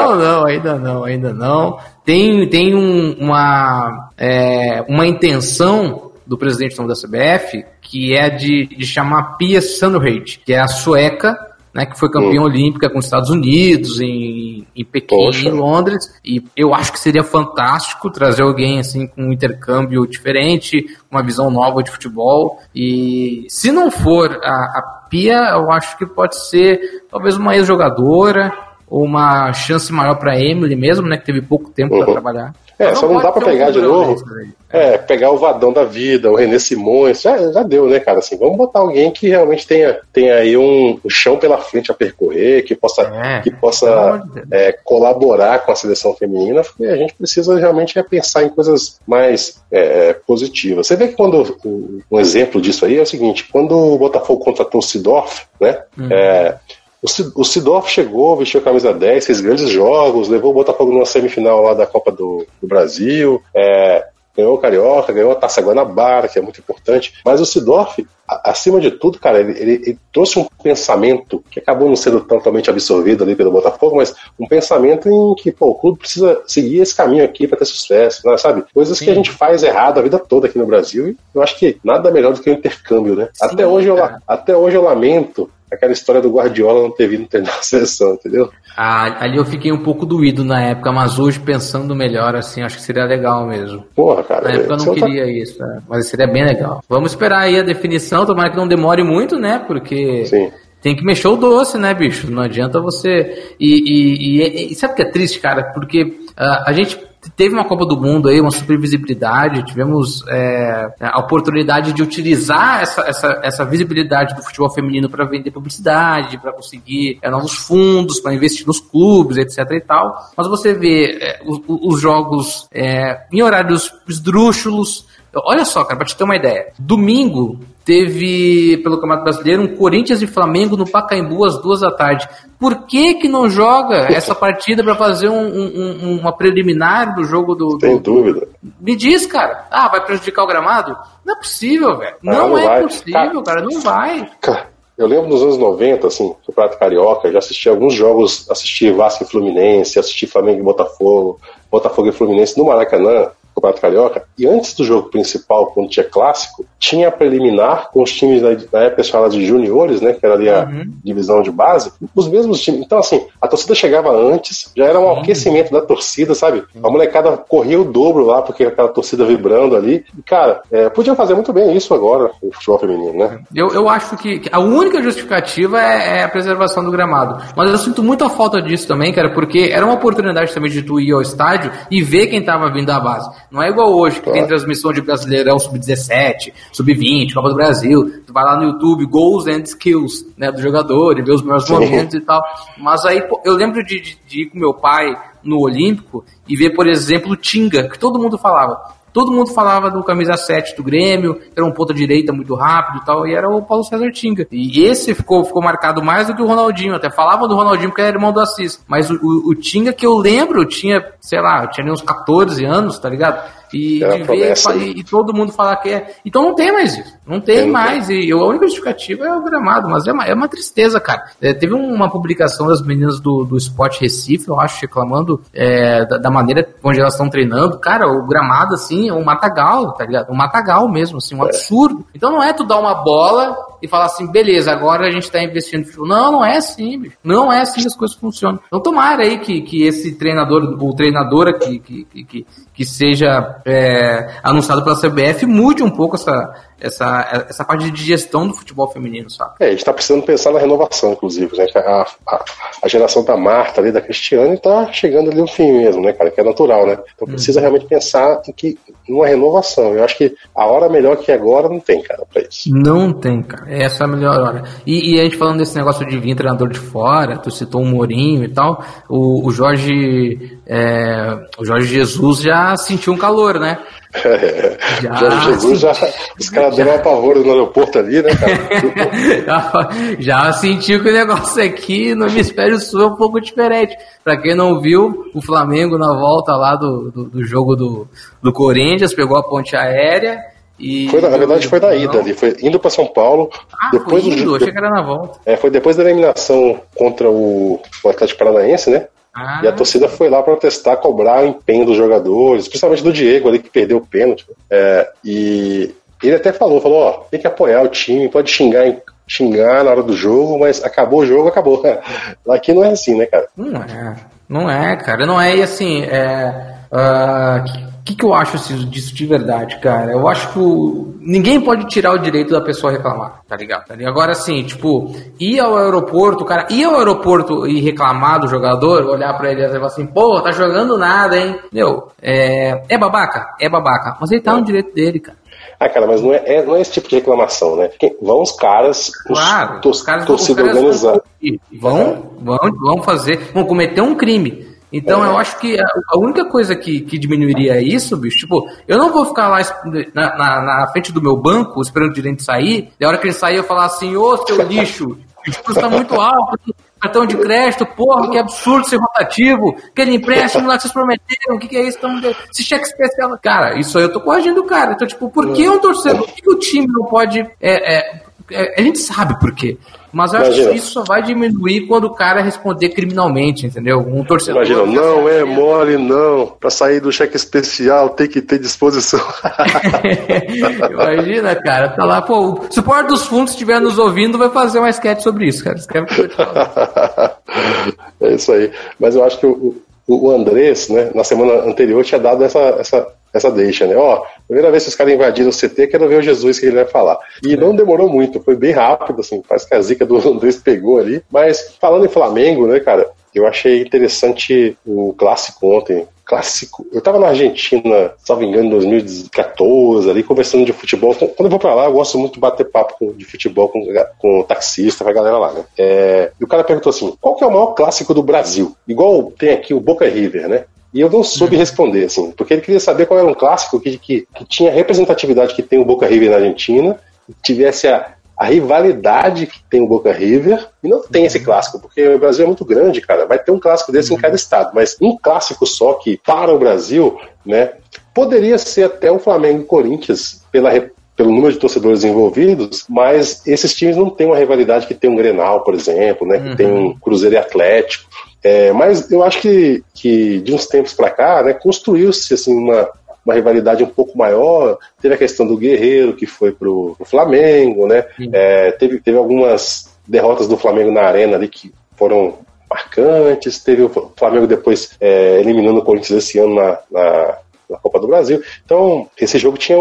Ainda não. Tem uma intenção do presidente da CBF, que é de chamar Pia Sundhage, que é a sueca, né, que foi campeã olímpica com os Estados Unidos, em Pequim, em Londres, e eu acho que seria fantástico trazer alguém assim com um intercâmbio diferente, uma visão nova de futebol, e se não for a Pia, eu acho que pode ser talvez uma ex-jogadora, ou uma chance maior para a Emily mesmo, né, que teve pouco tempo para trabalhar. Só não dá pra pegar de novo. Pegar o Vadão da vida, o René Simões, já deu, né, cara? Assim, vamos botar alguém que realmente tenha aí um chão pela frente a percorrer, que possa colaborar com a seleção feminina, porque a gente precisa realmente pensar em coisas mais positivas. Você vê que quando um exemplo disso aí é o seguinte: quando o Botafogo contratou o Sidorf, né? O Sidorf chegou, vestiu a camisa 10, fez grandes jogos, levou o Botafogo numa semifinal lá da Copa do Brasil, ganhou o Carioca, ganhou a Taça Guanabara, que é muito importante. Mas o Sidorf, acima de tudo, cara, ele trouxe um pensamento que acabou não sendo totalmente absorvido ali pelo Botafogo, mas um pensamento em que o clube precisa seguir esse caminho aqui para ter sucesso, né, sabe? Coisas que a gente faz errado a vida toda aqui no Brasil, e eu acho que nada melhor do que o intercâmbio, né? Sim, até hoje eu lamento aquela história do Guardiola não ter vindo treinar a seleção, entendeu? Ali eu fiquei um pouco doído na época, mas hoje, pensando melhor, assim, acho que seria legal mesmo. Porra, cara. Na época eu não queria isso, né? Mas seria bem legal. Vamos esperar aí a definição, tomara que não demore muito, né? Porque Sim. tem que mexer o doce, né, bicho? Não adianta você... E sabe o que é triste, cara? Porque a gente teve uma Copa do Mundo aí, uma super visibilidade, tivemos a oportunidade de utilizar essa visibilidade do futebol feminino para vender publicidade, para conseguir novos fundos, para investir nos clubes, etc e tal. Mas você vê os jogos em horários esdrúxulos. Olha só, cara, pra te ter uma ideia. Domingo teve, pelo Campeonato Brasileiro, um Corinthians e Flamengo no Pacaembu às 2h. Por que não joga essa partida pra fazer uma preliminar do jogo do... Sem dúvida. Me diz, cara. Vai prejudicar o gramado? Não é possível, velho. Não é possível, cara. Não vai. Cara, eu lembro nos anos 90, assim, do Prato Carioca, já assisti alguns jogos, assisti Vasco e Fluminense, assisti Flamengo e Botafogo e Fluminense no Maracanã, Campeonato Carioca, e antes do jogo principal, quando tinha clássico, tinha a preliminar com os times da época chamada de juniores, né, que era ali a divisão de base, os mesmos times. Então, assim, a torcida chegava antes, já era um aquecimento da torcida, sabe? A molecada corria o dobro lá, porque aquela torcida vibrando ali. E, cara, podiam fazer muito bem isso agora, o futebol feminino, né? Eu acho que a única justificativa é a preservação do gramado. Mas eu sinto muita falta disso também, cara, porque era uma oportunidade também de tu ir ao estádio e ver quem tava vindo da base. Não é igual hoje, que tem transmissão de Brasileirão Sub-17, Sub-20, Copa do Brasil. Tu vai lá no YouTube, Goals and Skills, né, do jogador, e vê os melhores momentos e tal. Mas aí, eu lembro de ir com meu pai no Olímpico e ver, por exemplo, o Tinga, que todo mundo falava. Todo mundo falava do camisa 7 do Grêmio, que era um ponta-direita muito rápido e tal, e era o Paulo César Tinga. E esse ficou marcado mais do que o Ronaldinho. Até falavam do Ronaldinho porque era irmão do Assis. Mas o Tinga que eu lembro, eu tinha nem uns 14 anos, tá ligado? E de ver e todo mundo falar que é. Então não tem mais isso. Não tem mais. E a única justificativa é o gramado. Mas é uma tristeza, cara. Teve uma publicação das meninas do Sport Recife, eu acho, reclamando da maneira onde elas estão treinando. Cara, o gramado, assim, é um matagal, tá ligado? Um matagal mesmo, assim, um absurdo. Então não é tu dar uma bola e falar assim, beleza, agora a gente tá investindo no futebol. Não é assim, bicho. Não é assim que as coisas funcionam. Então tomara aí que esse treinador, ou treinadora que seja anunciado pela CBF, mude um pouco essa parte de gestão do futebol feminino, sabe? A gente tá precisando pensar na renovação, inclusive, né? A geração da Marta ali, da Cristiane, tá chegando ali no fim mesmo, né, cara? Que é natural, né? Então precisa realmente pensar numa renovação. Eu acho que a hora melhor que agora não tem, cara, pra isso. Não tem, cara. Essa é a melhor hora. E a gente falando desse negócio de vir treinador de fora, tu citou o Mourinho e tal, o Jorge Jesus já sentiu um calor, né? Jorge Jesus os caras deram um apavoro no aeroporto ali, né, cara? já sentiu que o negócio aqui no hemisfério sul é um pouco diferente. Pra quem não viu, o Flamengo na volta lá do jogo do Corinthians pegou a ponte aérea e... Na verdade foi da ida ali, foi indo pra São Paulo. Depois foi indo, achei que era na volta. Foi depois da eliminação contra o Atlético Paranaense, né? E a torcida foi lá protestar, cobrar o empenho dos jogadores, principalmente do Diego ali, que perdeu o pênalti. E ele até falou, tem que apoiar o time, pode xingar na hora do jogo, mas acabou o jogo, acabou. Aqui não é assim, né, cara? Não é, cara, não é. E assim, o que eu acho disso de verdade, cara? Eu acho que ninguém pode tirar o direito da pessoa reclamar, tá ligado? Agora, assim, tipo, ir ao aeroporto e reclamar do jogador, olhar pra ele e falar assim, pô, tá jogando nada, hein? Meu, é babaca, mas ele tá no direito dele, cara. Cara, mas não é esse tipo de reclamação, né? Vão os caras, claro, torcida organizada. Vão cometer um crime. Então eu acho que a única coisa que diminuiria isso, bicho, tipo, eu não vou ficar lá na frente do meu banco esperando o gerente sair, e a hora que ele sair eu falar assim, ô seu lixo, o discurso tá muito alto, cartão de crédito, porra, que absurdo ser rotativo, aquele empréstimo lá que vocês prometeram, o que é isso? Esse cheque especial, cara, isso aí eu tô corrigindo o cara. Então, tipo, por que um torcedor, por que o time não pode A gente sabe por quê. Mas eu acho que isso só vai diminuir quando o cara responder criminalmente, entendeu? Um torcedor... Imagina, não é mole não. Pra sair do cheque especial tem que ter disposição. Imagina, cara. Tá lá, pô, o suporte dos fundos, se estiver nos ouvindo, vai fazer uma sketch sobre isso, cara. Escreve o que eu te falo. É isso aí. Mas eu acho que o Andrés, né, na semana anterior, tinha dado essa deixa, né? Ó, primeira vez que os caras invadiram o CT, quero ver o Jesus que ele vai falar. E não demorou muito, foi bem rápido, assim, parece que a zica do Andrés pegou ali. Mas falando em Flamengo, né, cara, eu achei interessante o clássico ontem. Clássico. Eu tava na Argentina, salvo engano, em 2014, ali, conversando de futebol. Quando eu vou pra lá, eu gosto muito de bater papo de futebol com o taxista, com a galera lá, né? E o cara perguntou assim, qual que é o maior clássico do Brasil? Igual tem aqui o Boca River, né? E eu não soube responder, assim, porque ele queria saber qual era um clássico que tinha a representatividade que tem o Boca River na Argentina, que tivesse a rivalidade que tem o Boca River, e não tem esse clássico, porque o Brasil é muito grande, cara, vai ter um clássico desse em cada estado, mas um clássico só que, para o Brasil, né, poderia ser até o Flamengo e Corinthians, pelo número de torcedores envolvidos, mas esses times não têm uma rivalidade que tem um Grenal, por exemplo, né, que tem um Cruzeiro e Atlético, mas eu acho que de uns tempos para cá, né, construiu-se assim, uma rivalidade um pouco maior. Teve a questão do Guerreiro, que foi pro Flamengo, né? Teve algumas derrotas do Flamengo na Arena ali que foram marcantes. Teve o Flamengo depois eliminando o Corinthians esse ano na Copa do Brasil. Então, esse jogo tinha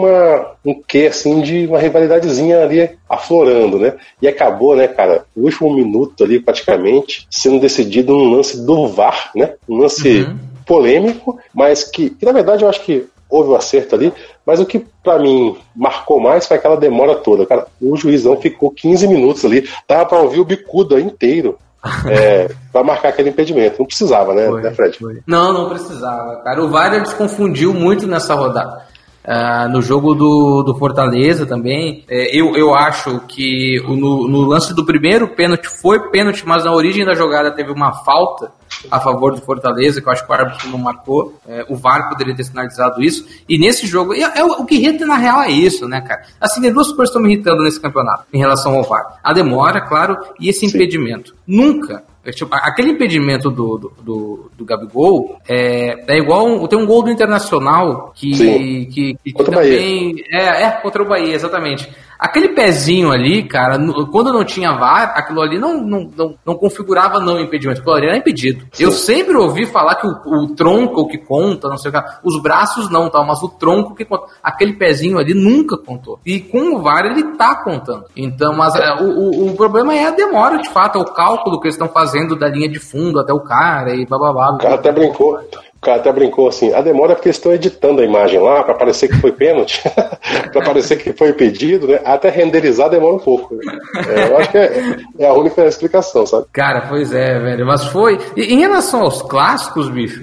um quê, assim, de uma rivalidadezinha ali aflorando, né? E acabou, né, cara, no último minuto ali, praticamente, sendo decidido um lance do VAR, né? Um lance polêmico, mas que na verdade eu acho que houve um acerto ali, mas o que pra mim marcou mais foi aquela demora toda, cara. O juizão ficou 15 minutos ali, dava pra ouvir o bicuda inteiro pra marcar aquele impedimento. Não precisava, né, Fred? Não precisava, cara. O VAR desconfundiu muito nessa rodada. No jogo do Fortaleza também, eu acho que no lance do primeiro pênalti foi pênalti, mas na origem da jogada teve uma falta a favor do Fortaleza, que eu acho que o árbitro não marcou. O VAR poderia ter sinalizado isso. E nesse jogo, o que irrita na real é isso, né, cara? Assim, tem duas coisas que estão me irritando nesse campeonato em relação ao VAR: a demora, claro, e esse impedimento. Nunca. Tipo, aquele impedimento do Gabigol é igual. Tem um gol do Internacional que contra também. Contra o Bahia, exatamente. Aquele pezinho ali, cara, quando não tinha VAR, aquilo ali não configurava não impedimento, aquilo ali era impedido. Sim. Eu sempre ouvi falar que o tronco que conta, não sei o que, os braços não, tal, mas o tronco que conta. Aquele pezinho ali nunca contou. E com o VAR ele tá contando. Então, mas o problema é a demora, de fato, é o cálculo que eles estão fazendo da linha de fundo até o cara e blá. O cara até brincou assim, a demora é porque eles estão editando a imagem lá pra parecer que foi pênalti, pra parecer que foi impedido, né? Até renderizar demora um pouco. Eu acho que é a única explicação, sabe? Cara, pois é, velho, mas foi... E, em relação aos clássicos, bicho,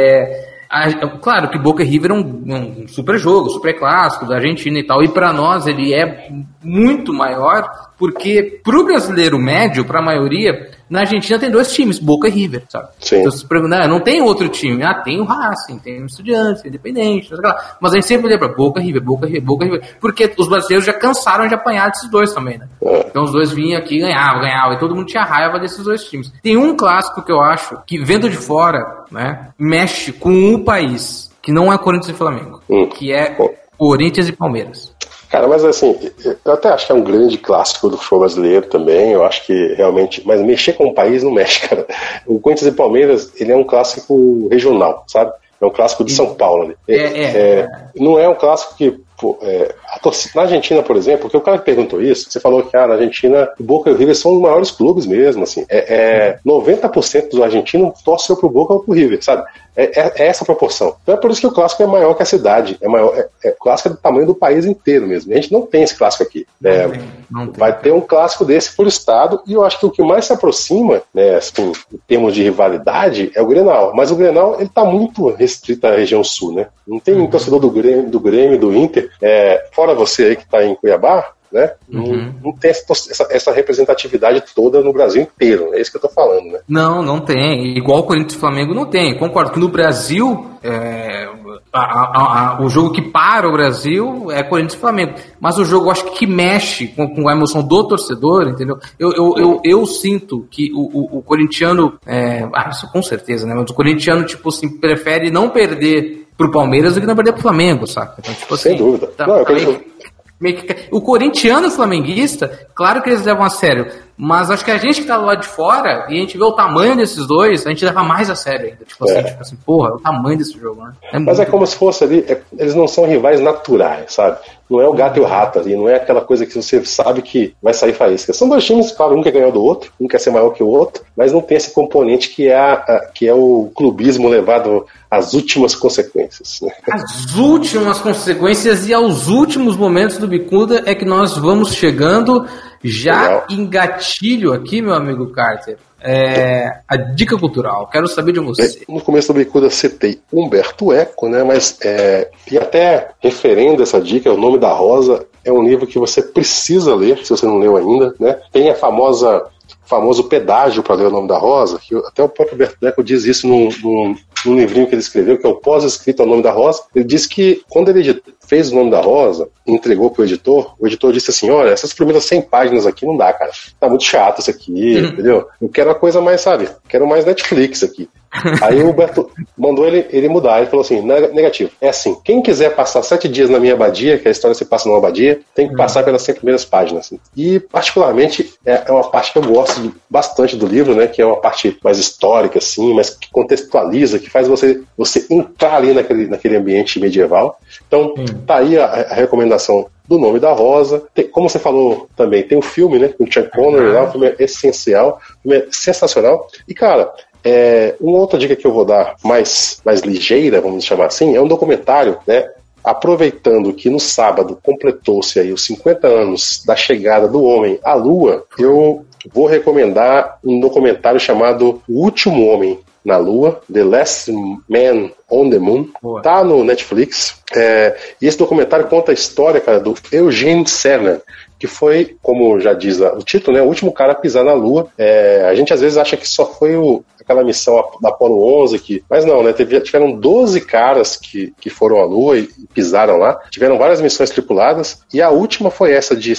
claro que Boca e River é um super jogo, super clássico da Argentina e tal, e pra nós ele é muito maior, porque pro brasileiro médio, pra maioria, na Argentina tem dois times, Boca e River, sabe? Sim. Então você pergunta, não tem outro time, tem o Racing, tem o Estudiantes, tem o Independente, mas a gente sempre lembra Boca e River, porque os brasileiros já cansaram de apanhar desses dois também, né? Então os dois vinham aqui e ganhavam, e todo mundo tinha raiva desses dois times. Tem um clássico que eu acho que, vendo de fora, né, mexe com um país, que não é Corinthians e Flamengo, que é Corinthians e Palmeiras. Cara, mas assim, eu até acho que é um grande clássico do futebol brasileiro também, eu acho que realmente, mas mexer com o país não mexe, cara. O Corinthians e Palmeiras, ele é um clássico regional, sabe? É um clássico de São Paulo. Não é um clássico que a torcida, na Argentina, por exemplo, porque o cara que perguntou isso, você falou que na Argentina o Boca e o River são os maiores clubes mesmo, assim, 90% dos argentinos torcem pro Boca ou pro River, sabe? É essa proporção. Então é por isso que o clássico é maior que a cidade, o clássico é do tamanho do país inteiro mesmo. A gente não tem esse clássico aqui. Não tem. Vai ter um clássico desse por estado, e eu acho que o que mais se aproxima, né, assim, em termos de rivalidade, é o Grenal. Mas o Grenal, ele tá muito restrito à região sul, né? Não tem um torcedor do Grêmio, do Inter, fora você aí que tá em Cuiabá, né? Não tem essa representatividade toda no Brasil inteiro. É isso que eu tô falando, né? Não tem. Igual o Corinthians e Flamengo não tem. Concordo que no Brasil O jogo que para o Brasil é Corinthians e Flamengo. Mas o jogo, acho que mexe com a emoção do torcedor, entendeu? Eu sinto que o corintiano... isso com certeza, né? Mas o corintiano, tipo assim, prefere não perder pro Palmeiras do que não perder pro Flamengo, saca? Então, tipo assim... Sem dúvida. O corintiano flamenguista, claro que eles levam a sério, mas acho que a gente que tá do lado de fora e a gente vê o tamanho desses dois, a gente leva mais a sério ainda. Tipo assim, porra, é o tamanho desse jogo, né? Mas é como se fosse ali, eles não são rivais naturais, sabe? Não é o gato e o rato ali, não é aquela coisa que você sabe que vai sair faísca. São dois times, claro, um quer ganhar do outro, um quer ser maior que o outro, mas não tem esse componente que é o clubismo levado às últimas consequências. Né? As últimas consequências e aos últimos momentos do Bicuda é que nós vamos chegando já. Legal. Em gatilho aqui, meu amigo Carter. A dica cultural, quero saber de você. No começo do Bicuda citei Umberto Eco, né? Mas e até referendo essa dica, O Nome da Rosa é um livro que você precisa ler, se você não leu ainda, né? Tem a famoso pedágio para ler O Nome da Rosa, que até o próprio Umberto Eco diz isso num livrinho que ele escreveu, que é o pós-escrito ao Nome da Rosa. Ele disse que quando ele fez O Nome da Rosa, entregou pro editor, o editor disse assim, olha, essas primeiras 100 páginas aqui não dá, cara, tá muito chato isso aqui, entendeu? Eu quero uma coisa mais, sabe, quero mais Netflix aqui. Aí o Humberto mandou ele mudar, ele falou assim, negativo, é assim, quem quiser passar 7 dias na minha abadia, que a história se passa numa abadia, tem que passar pelas 100 primeiras páginas. Assim. E particularmente é uma parte que eu gosto bastante do livro, né, que é uma parte mais histórica, assim, mas que contextualiza, que faz você entrar ali naquele ambiente medieval. Então, tá aí a recomendação do Nome da Rosa. Como você falou também, tem o filme, né, com o Sean Connery lá, o filme é essencial, o filme é sensacional. E, cara, uma outra dica que eu vou dar mais ligeira, vamos chamar assim, é um documentário, né? Aproveitando que no sábado completou-se aí os 50 anos da chegada do homem à Lua, eu vou recomendar um documentário chamado O Último Homem na Lua, The Last Man on the Moon. Boa. Tá no Netflix. E esse documentário conta a história, cara, do Eugene Cernan, que foi, como já diz o título, né, o último cara a pisar na Lua. A gente às vezes acha que só foi aquela missão da Apollo 11, mas não, né, tiveram 12 caras que foram à Lua e pisaram lá. Tiveram várias missões tripuladas, e a última foi essa de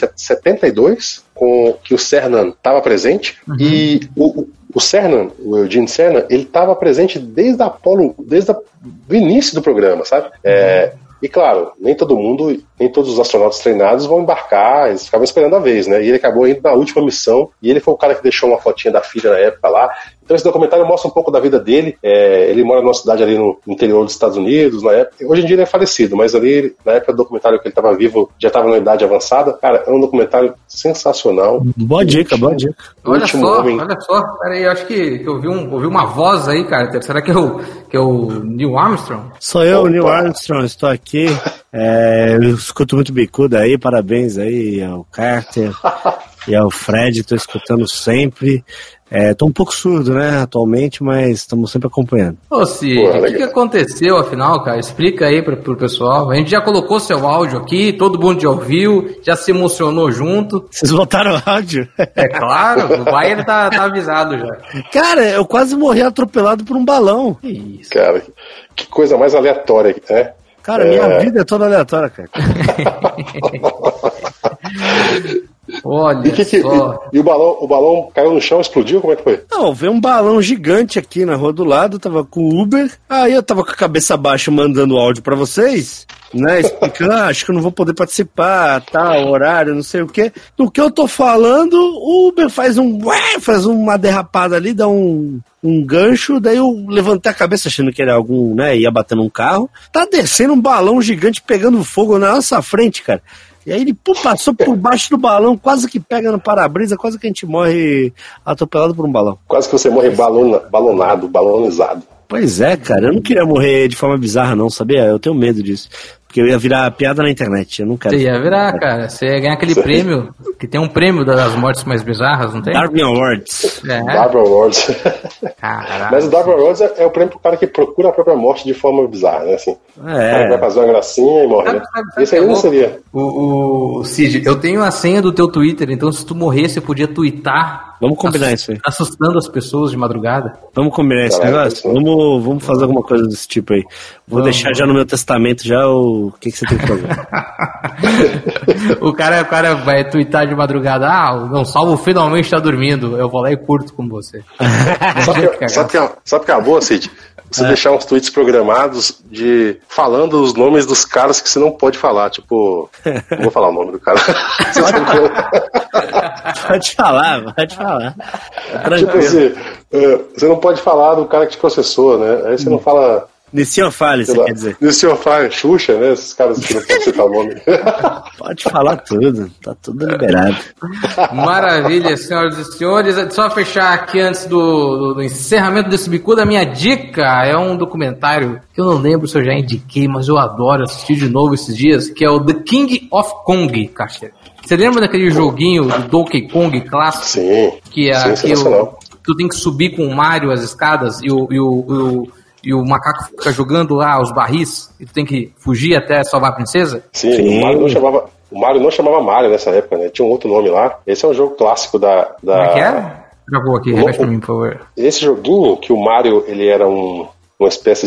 72, que o Cernan estava presente, e o Cernan, o Eugene Cernan, ele estava presente desde a Apollo, do início do programa, sabe? E claro, nem todo mundo, nem todos os astronautas treinados vão embarcar, eles ficavam esperando a vez, né? E ele acabou indo na última missão, e ele foi o cara que deixou uma fotinha da filha na época lá. Então esse documentário mostra um pouco da vida dele. Ele mora numa cidade ali no interior dos Estados Unidos, na época. Hoje em dia ele é falecido, mas ali, na época do documentário que ele estava vivo, já estava na idade avançada. Cara, é um documentário sensacional. Boa dica. Olha só, peraí, eu acho que eu ouvi uma voz aí, cara. Será que é o Neil Armstrong? Sou eu, Neil Armstrong, estou aqui. Eu escuto muito Bicuda aí, parabéns aí ao Carter e ao Fred, estou escutando sempre. Tô um pouco surdo, né, atualmente, mas estamos sempre acompanhando. Ô, Cid, o que aconteceu afinal, cara? Explica aí pro pessoal. A gente já colocou seu áudio aqui, todo mundo já ouviu, já se emocionou junto. Vocês botaram o áudio? É claro, o Bayer tá avisado já. Cara, eu quase morri atropelado por um balão. Que isso? Cara, que coisa mais aleatória, né? Cara, minha vida é toda aleatória, cara. Olha só. E o balão caiu no chão, explodiu? Como é que foi? Não, veio um balão gigante aqui na rua do lado, tava com o Uber, aí eu tava com a cabeça baixa mandando áudio pra vocês, né, explicando, acho que eu não vou poder participar, horário, não sei o quê. Do que eu tô falando, o Uber faz uma derrapada ali, dá um gancho, daí eu levantei a cabeça achando que era algum, né, ia bater num carro, tá descendo um balão gigante pegando fogo na nossa frente, cara. E aí ele passou por baixo do balão, quase que pega no para-brisa, quase que a gente morre atropelado por um balão. Quase que você morre balonizado. Pois é, cara, eu não queria morrer de forma bizarra não, sabia? Eu tenho medo disso. Porque eu ia virar piada na internet, eu não quero. Você ia virar, cara. Você ia ganhar aquele prêmio, que tem um prêmio das mortes mais bizarras, não tem? Darwin Awards. Darwin Awards. Caraca. Mas o Darwin Awards é o prêmio pro cara que procura a própria morte de forma bizarra, né? Assim, o cara vai fazer uma gracinha e morre, né? Esse aí não seria. O Cid, eu tenho a senha do teu Twitter, então se tu morrer, você podia twittar. Vamos combinar isso aí. Assustando as pessoas de madrugada. Vamos combinar esse negócio? Vamos fazer alguma coisa desse tipo aí. Vou deixar já no meu testamento já o que você tem que fazer. o cara vai twittar de madrugada. Não, Salvo finalmente tá dormindo. Eu vou lá e curto com você. Sabe que é uma boa, Cid? Você deixar uns tweets programados falando os nomes dos caras que você não pode falar. Tipo, não vou falar o nome do cara. Pode falar. Tipo assim, você não pode falar do cara que te processou, né? Aí você não fala. Nissinho Fale, você quer dizer? Nissinho Fale, Xuxa, né? Esses caras que não podem citar o nome. Pode falar tudo, tá tudo liberado. Maravilha, senhoras e senhores. Só fechar aqui antes do encerramento desse bicuda, a minha dica é um documentário que eu não lembro se eu já indiquei, mas eu adoro assistir de novo esses dias, que é o The King of Kong, Caixa. Você lembra daquele joguinho do Donkey Kong clássico? Sim. Que tu tem que subir com o Mario as escadas e o macaco fica jogando lá os barris e tu tem que fugir até salvar a princesa? Sim. O Mario não chamava Mario nessa época, né? Tinha um outro nome lá. Esse é um jogo clássico da... Como é que é? Gravou aqui, repete pra mim, por favor. Esse joguinho, que o Mario, ele era uma espécie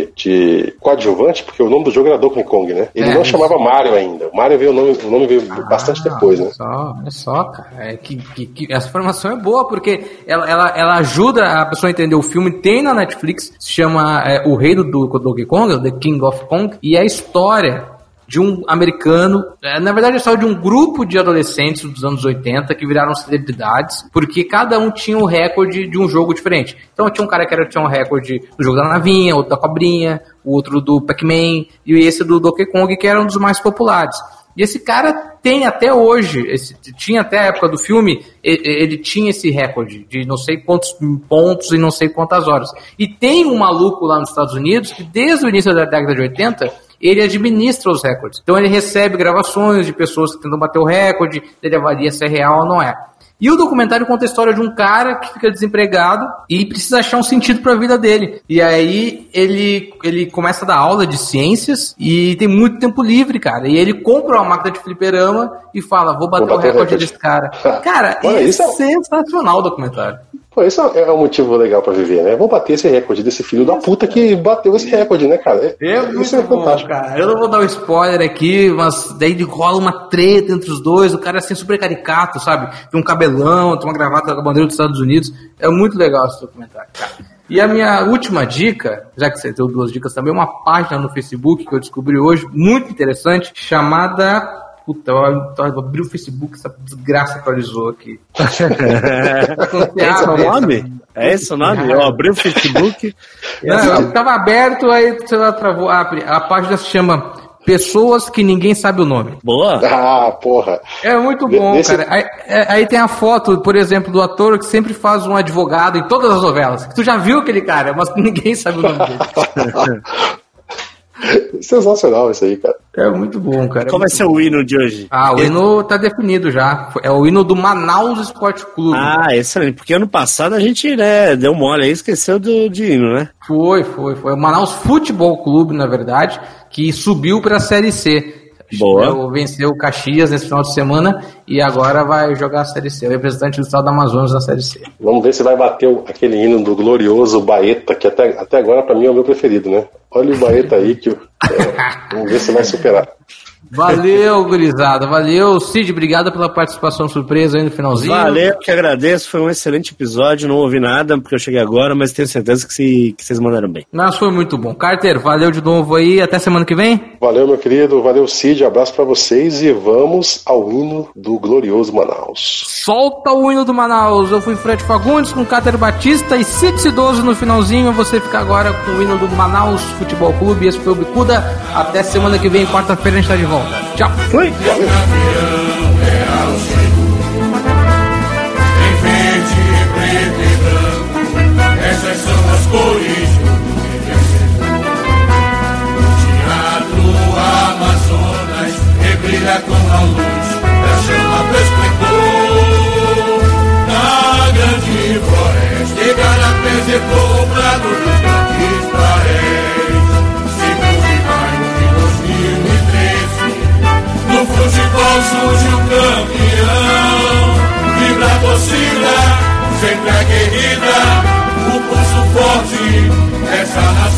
de coadjuvante, porque o nome do jogo era Donkey Kong, né? Ele não chamava Mario ainda. O Mario veio, o nome veio bastante depois, né? Olha só, cara. Essa informação é boa, porque ela ajuda a pessoa a entender o filme. Tem na Netflix, se chama O Rei do Donkey Kong, The King of Kong, e é a história de um americano, na verdade é só de um grupo de adolescentes dos anos 80 que viraram celebridades, porque cada um tinha o recorde de um jogo diferente. Então tinha um cara que tinha um recorde do jogo da navinha, outro da cobrinha, o outro do Pac-Man, e esse do Donkey Kong, que era um dos mais populares. E esse cara tem até hoje, tinha até a época do filme, ele tinha esse recorde de não sei quantos pontos e não sei quantas horas. E tem um maluco lá nos Estados Unidos que desde o início da década de 80, ele administra os recordes. Então ele recebe gravações de pessoas que tentam bater o recorde, ele avalia se é real ou não é. E o documentário conta a história de um cara que fica desempregado e precisa achar um sentido para a vida dele. E aí ele começa a dar aula de ciências e tem muito tempo livre, cara. E ele compra uma máquina de fliperama e fala, vou bater o recorde desse cara. Cara, é sensacional o documentário. Pô, isso é um motivo legal pra viver, né? Vamos bater esse recorde desse filho da puta que bateu esse recorde, né, cara? Isso é fantástico, cara. Eu não vou dar um spoiler aqui, mas daí rola uma treta entre os dois, o cara é assim super caricato, sabe? Tem um cabelão, tem uma gravata com a bandeira dos Estados Unidos. É muito legal esse documentário, cara. E a minha última dica, já que você deu 2 dicas também, uma página no Facebook que eu descobri hoje, muito interessante, chamada... Puta, eu abri o Facebook, essa desgraça atualizou aqui. Esse é o nome? É esse o nome? Eu abri o Facebook. Não, tava aberto, aí você travou. A página se chama Pessoas que Ninguém Sabe o Nome. Boa! Ah, porra! É muito bom, cara. Aí tem a foto, por exemplo, do ator que sempre faz um advogado em todas as novelas. Tu já viu aquele cara, mas ninguém sabe o nome dele. Sensacional isso aí, cara. É muito bom, cara. Qual vai ser o hino de hoje? O hino tá definido já. É o hino do Manaus Esporte Clube. Excelente. Porque ano passado a gente, deu mole aí, esqueceu de hino, né? Foi. O Manaus Futebol Clube, na verdade, que subiu pra Série C. Boa. Venceu o Caxias nesse final de semana e agora vai jogar a Série C. O representante do estado do Amazonas na Série C. Vamos ver se vai bater aquele hino do glorioso Baeta, que até agora pra mim é o meu preferido, né? Olha o Baeta aí, vamos ver se vai superar. Valeu, gurizada. Valeu. Cid, obrigado pela participação surpresa aí no finalzinho. Valeu, que agradeço. Foi um excelente episódio. Não ouvi nada porque eu cheguei agora, mas tenho certeza que vocês mandaram bem. Mas foi muito bom. Carter, valeu de novo aí. Até semana que vem. Valeu, meu querido. Valeu, Cid. Abraço pra vocês e vamos ao hino do glorioso Manaus. Solta o hino do Manaus. Eu fui Fred Fagundes com Carter Batista e Cid Cidoso no finalzinho. Você fica agora com o hino do Manaus Futebol Clube. Esse foi o Bicuda. Até semana que vem, quarta-feira, a gente tá de volta. Tchau. Foi. Valeu. Em verde, preto e branco, essas são as cores do universo. O teatro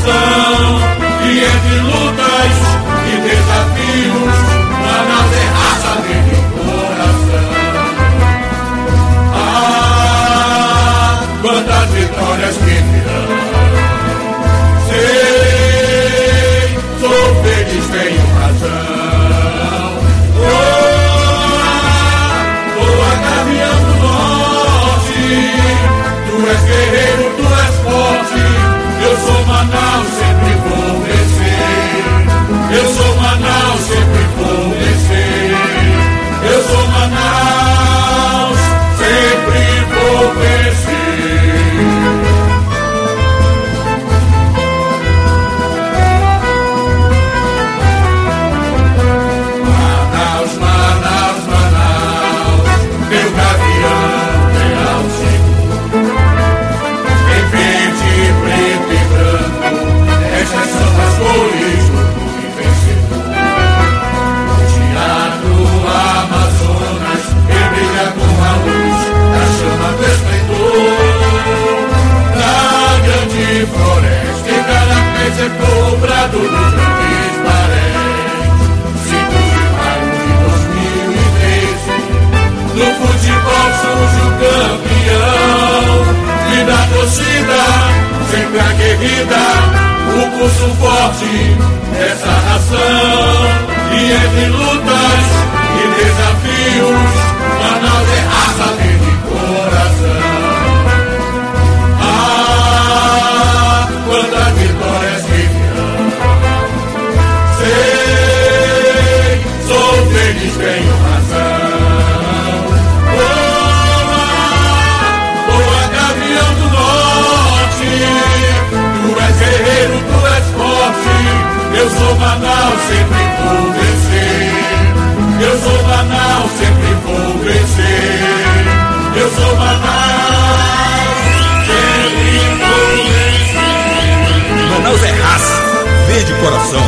nação. E entre lutas e desafios, Manaus é raça, verde coração. Ah, quantas vitórias que virão. Sei, sou feliz, tenho razão. Vou a caminhão do norte. Tu és guerreiro, tu és forte. Eu sou Manaus, sempre vou vencer. Eu sou Manaus, sempre vou vencer. Eu sou Manaus, sempre vou vencer. Manaus, Manaus, Manaus, meu gavião real chegou. Em verde, preto e branco, estas são as cores do clube vencedor. O teatro Amazonas, ele brilha com a luz da chama do esplendor. Na grande floresta, em cada pés é cobrado dos grandes marés. 5 de maio de 2013, no futebol surge o campeão. E da torcida, sempre aguerrida, o pulso forte dessa nação. E entre lutas e desafios, Manaus é raça, verde coração. Ah, quantas vitórias que virão. Sei, sou feliz, tenho razão. Boa, gavião do norte. Tu és guerreiro, tu és forte. Eu sou Manaus, sempre vou vencer. Eu sou Manaus, sempre vou vencer. Eu sou Manaus, sempre vou vencer. Manaus é raça, verde coração.